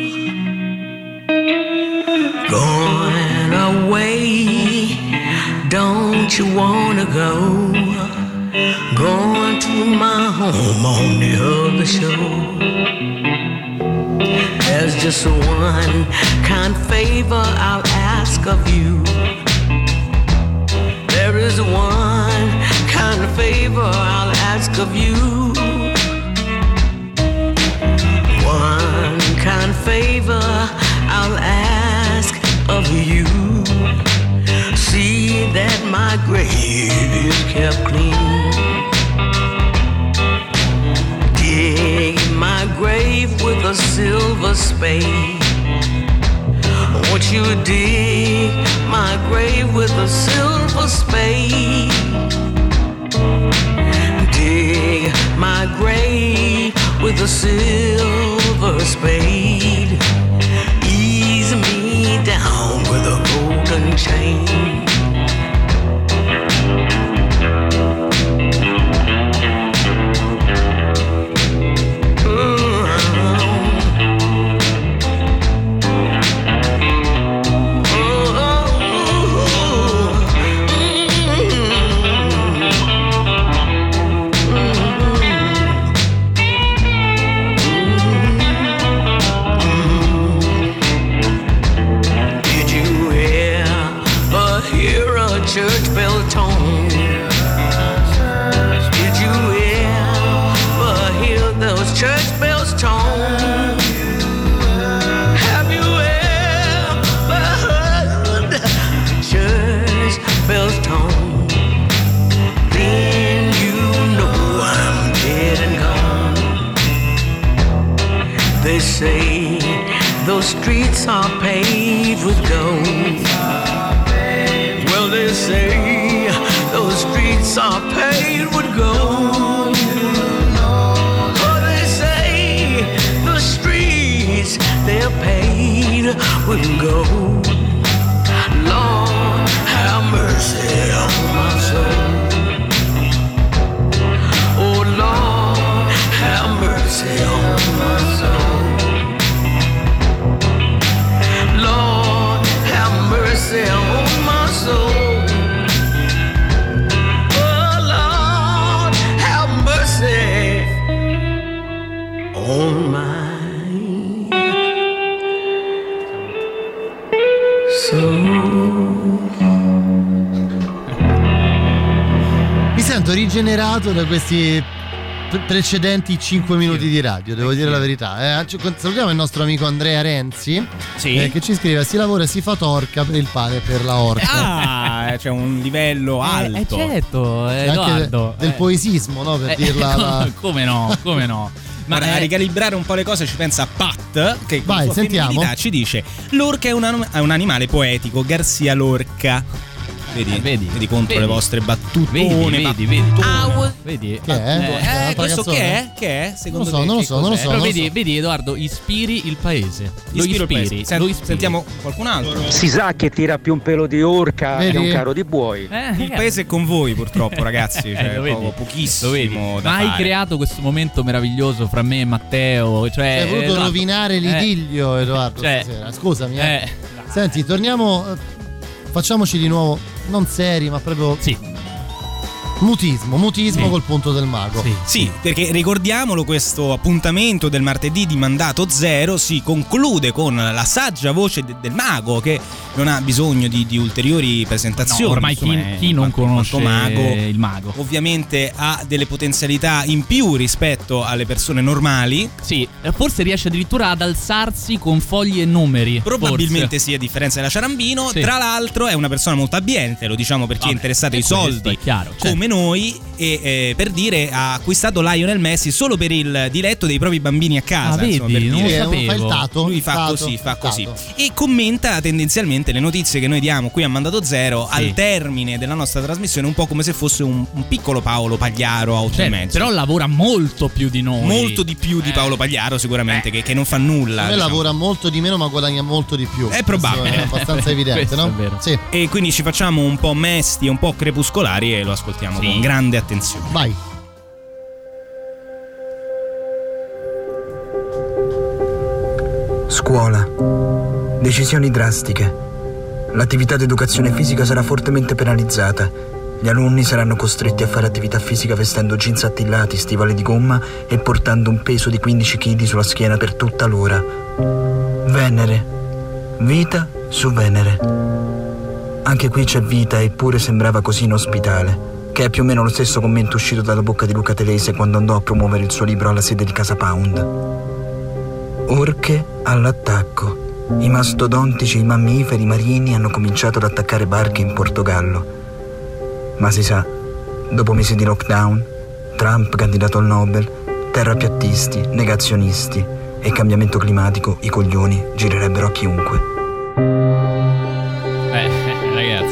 Going away, don't you wanna go? Going to my home on the other shore. There's just one kind favor I'll ask of you. There is one kind of favor I'll ask of you. One kind of favor I'll ask of you. See that my grave is kept clean. Dig my grave with a silver spade. Won't you dig my grave with a silver spade? Dig my grave with a silver spade. Ease me down with a golden chain. Church bell tone. Did you ever hear those church bells tone? Have you ever heard the church bells tone? Then you know I'm dead and gone. They say those streets are paved with gold. Well, they say those streets are paved with gold. Oh, they say the streets, they're paved with gold. Lord, have mercy on my soul. Oh, Lord, have mercy on my soul. Lord, have mercy on my soul. Oh Lord, have mercy on my soul. Mi sento rigenerato da questi precedenti 5 minuti di radio, devo dire la verità. Salutiamo il nostro amico Andrea Renzi, che ci scrive: si lavora e si fa torca per il pane e per la orca. C'è un livello alto. Certo, Edoardo. Del poesismo, no? Per dirla. Come no. Ma a ricalibrare un po' le cose ci pensa Pat, che con la sua sentiamo. femminilità ci dice: l'orca è un animale poetico, Garcia Lorca. Vedi contro le vostre battutone. Vedi. Che è? Questo che è? Secondo non lo so. Però vedi Edoardo, ispiri il paese. Lo ispiri. Sentiamo qualcun altro. Si sa che tira più un pelo di orca che un carro di buoi. Il paese è con voi, purtroppo, ragazzi. Pochissimo da Ma hai fare. creato questo momento meraviglioso fra me e Matteo. Cioè, hai voluto rovinare l'idillio, Edoardo, stasera. Scusami. Senti, torniamo. Facciamoci di nuovo, non seri, ma proprio mutismo col punto del mago. Sì, perché ricordiamolo, questo appuntamento del martedì di Mandato Zero si conclude con la saggia voce del mago, che non ha bisogno di ulteriori presentazioni. No, ormai chi non conosce il mago ovviamente ha delle potenzialità in più rispetto alle persone normali. Sì, forse riesce addirittura ad alzarsi con fogli e numeri. Probabilmente sì, a differenza della Ciarambino. Tra l'altro è una persona molto abbiente, lo diciamo per chi è interessato ai soldi, chiaro, come noi, e per dire ha acquistato Lionel Messi solo per il diletto dei propri bambini a casa. Vedi, insomma, per non dire. lo sapevo. Fa il tato. Lui fa così e commenta tendenzialmente le notizie che noi diamo qui a Mandato Zero al termine della nostra trasmissione, un po' come se fosse un piccolo Paolo Pagliaro a 8:30. Però lavora molto più di noi, molto di più di Paolo Pagliaro sicuramente, che non fa nulla. Lui lavora molto di meno ma guadagna molto di più. È probabile. Questo è abbastanza evidente, no? È vero. Sì. E quindi ci facciamo un po' mesti e un po' crepuscolari e lo ascoltiamo con grande attenzione. Vai. Scuola. Decisioni drastiche. L'attività di educazione fisica sarà fortemente penalizzata. Gli alunni saranno costretti a fare attività fisica vestendo jeans attillati, stivali di gomma e portando un peso di 15 kg sulla schiena per tutta l'ora. Venere. Vita su Venere. Anche qui c'è vita, eppure sembrava così inospitale, che è più o meno lo stesso commento uscito dalla bocca di Luca Telese quando andò a promuovere il suo libro alla sede di Casa Pound. Orche all'attacco. I mastodontici e i mammiferi marini hanno cominciato ad attaccare barche in Portogallo. Ma si sa, dopo mesi di lockdown, Trump candidato al Nobel, terrapiattisti, negazionisti e cambiamento climatico, i coglioni girerebbero a chiunque. Ragazzi,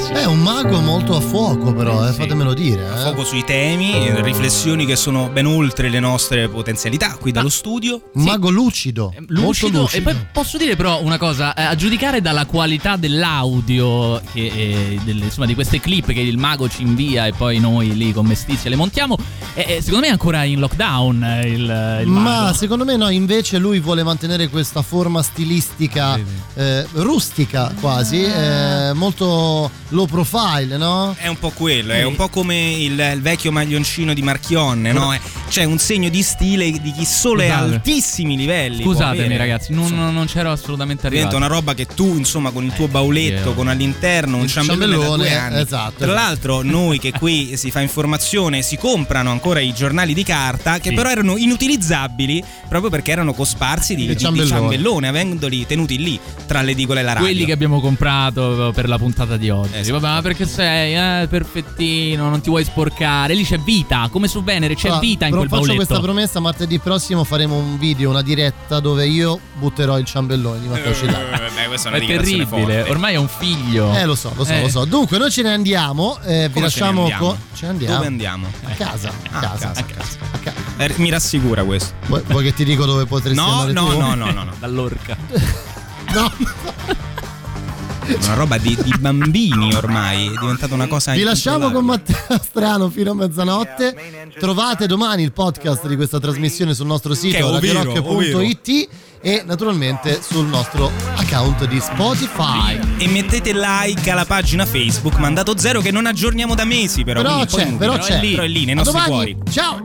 È un mago molto a fuoco, però, fatemelo dire. A fuoco sui temi, riflessioni che sono ben oltre le nostre potenzialità qui dallo studio. Un mago lucido, molto lucido. E poi posso dire però una cosa, a giudicare dalla qualità dell'audio insomma, di queste clip che il mago ci invia e poi noi lì con mestizia le montiamo, secondo me è ancora in lockdown il mago. Ma secondo me no, invece lui vuole mantenere questa forma stilistica rustica quasi, molto low profile, no? È un po' quello, è un po' come il vecchio maglioncino di Marchionne, no? C'è un segno di stile di chi solo è a altissimi livelli. Scusatemi ragazzi, non c'ero assolutamente arrivato. Diventa una roba che tu, insomma, con il tuo bauletto, con all'interno un ciambellone da 2 anni. Esatto. Tra l'altro noi che qui si fa informazione, si comprano ancora i giornali di carta che però erano inutilizzabili proprio perché erano cosparsi di ciambellone, avendoli tenuti lì tra l'edicola e la radio. Quelli che abbiamo comprato per la puntata di oggi. Vabbè, ma perché sei perfettino, non ti vuoi sporcare? Lì c'è vita, come su Venere c'è vita in quel bauletto. Faccio questa promessa: martedì prossimo faremo un video, una diretta dove io butterò il ciambellone di Matteo Città. Questa è una è terribile, forte. Ormai è un figlio. Lo so. Dunque noi ce ne andiamo, vi lasciamo ce ne andiamo. Dove andiamo? A casa. A casa. Mi rassicura questo. Vuoi che ti dico dove potresti andare? No. Dall'orca. No. Una roba di bambini ormai, è diventata una cosa. Vi lasciamo con Matteo Strano fino a mezzanotte. Trovate domani il podcast di questa trasmissione sul nostro sito radiorock.it e naturalmente sul nostro account di Spotify. E mettete like alla pagina Facebook Mandato Zero, che non aggiorniamo da mesi, però c'è, è lì nei nostri cuori. Ciao.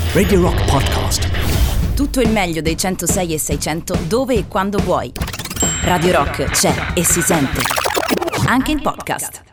Radio Rock Podcast. Tutto il meglio dei 106 e 600 dove e quando vuoi. Radio Rock c'è e si sente. Anche in podcast.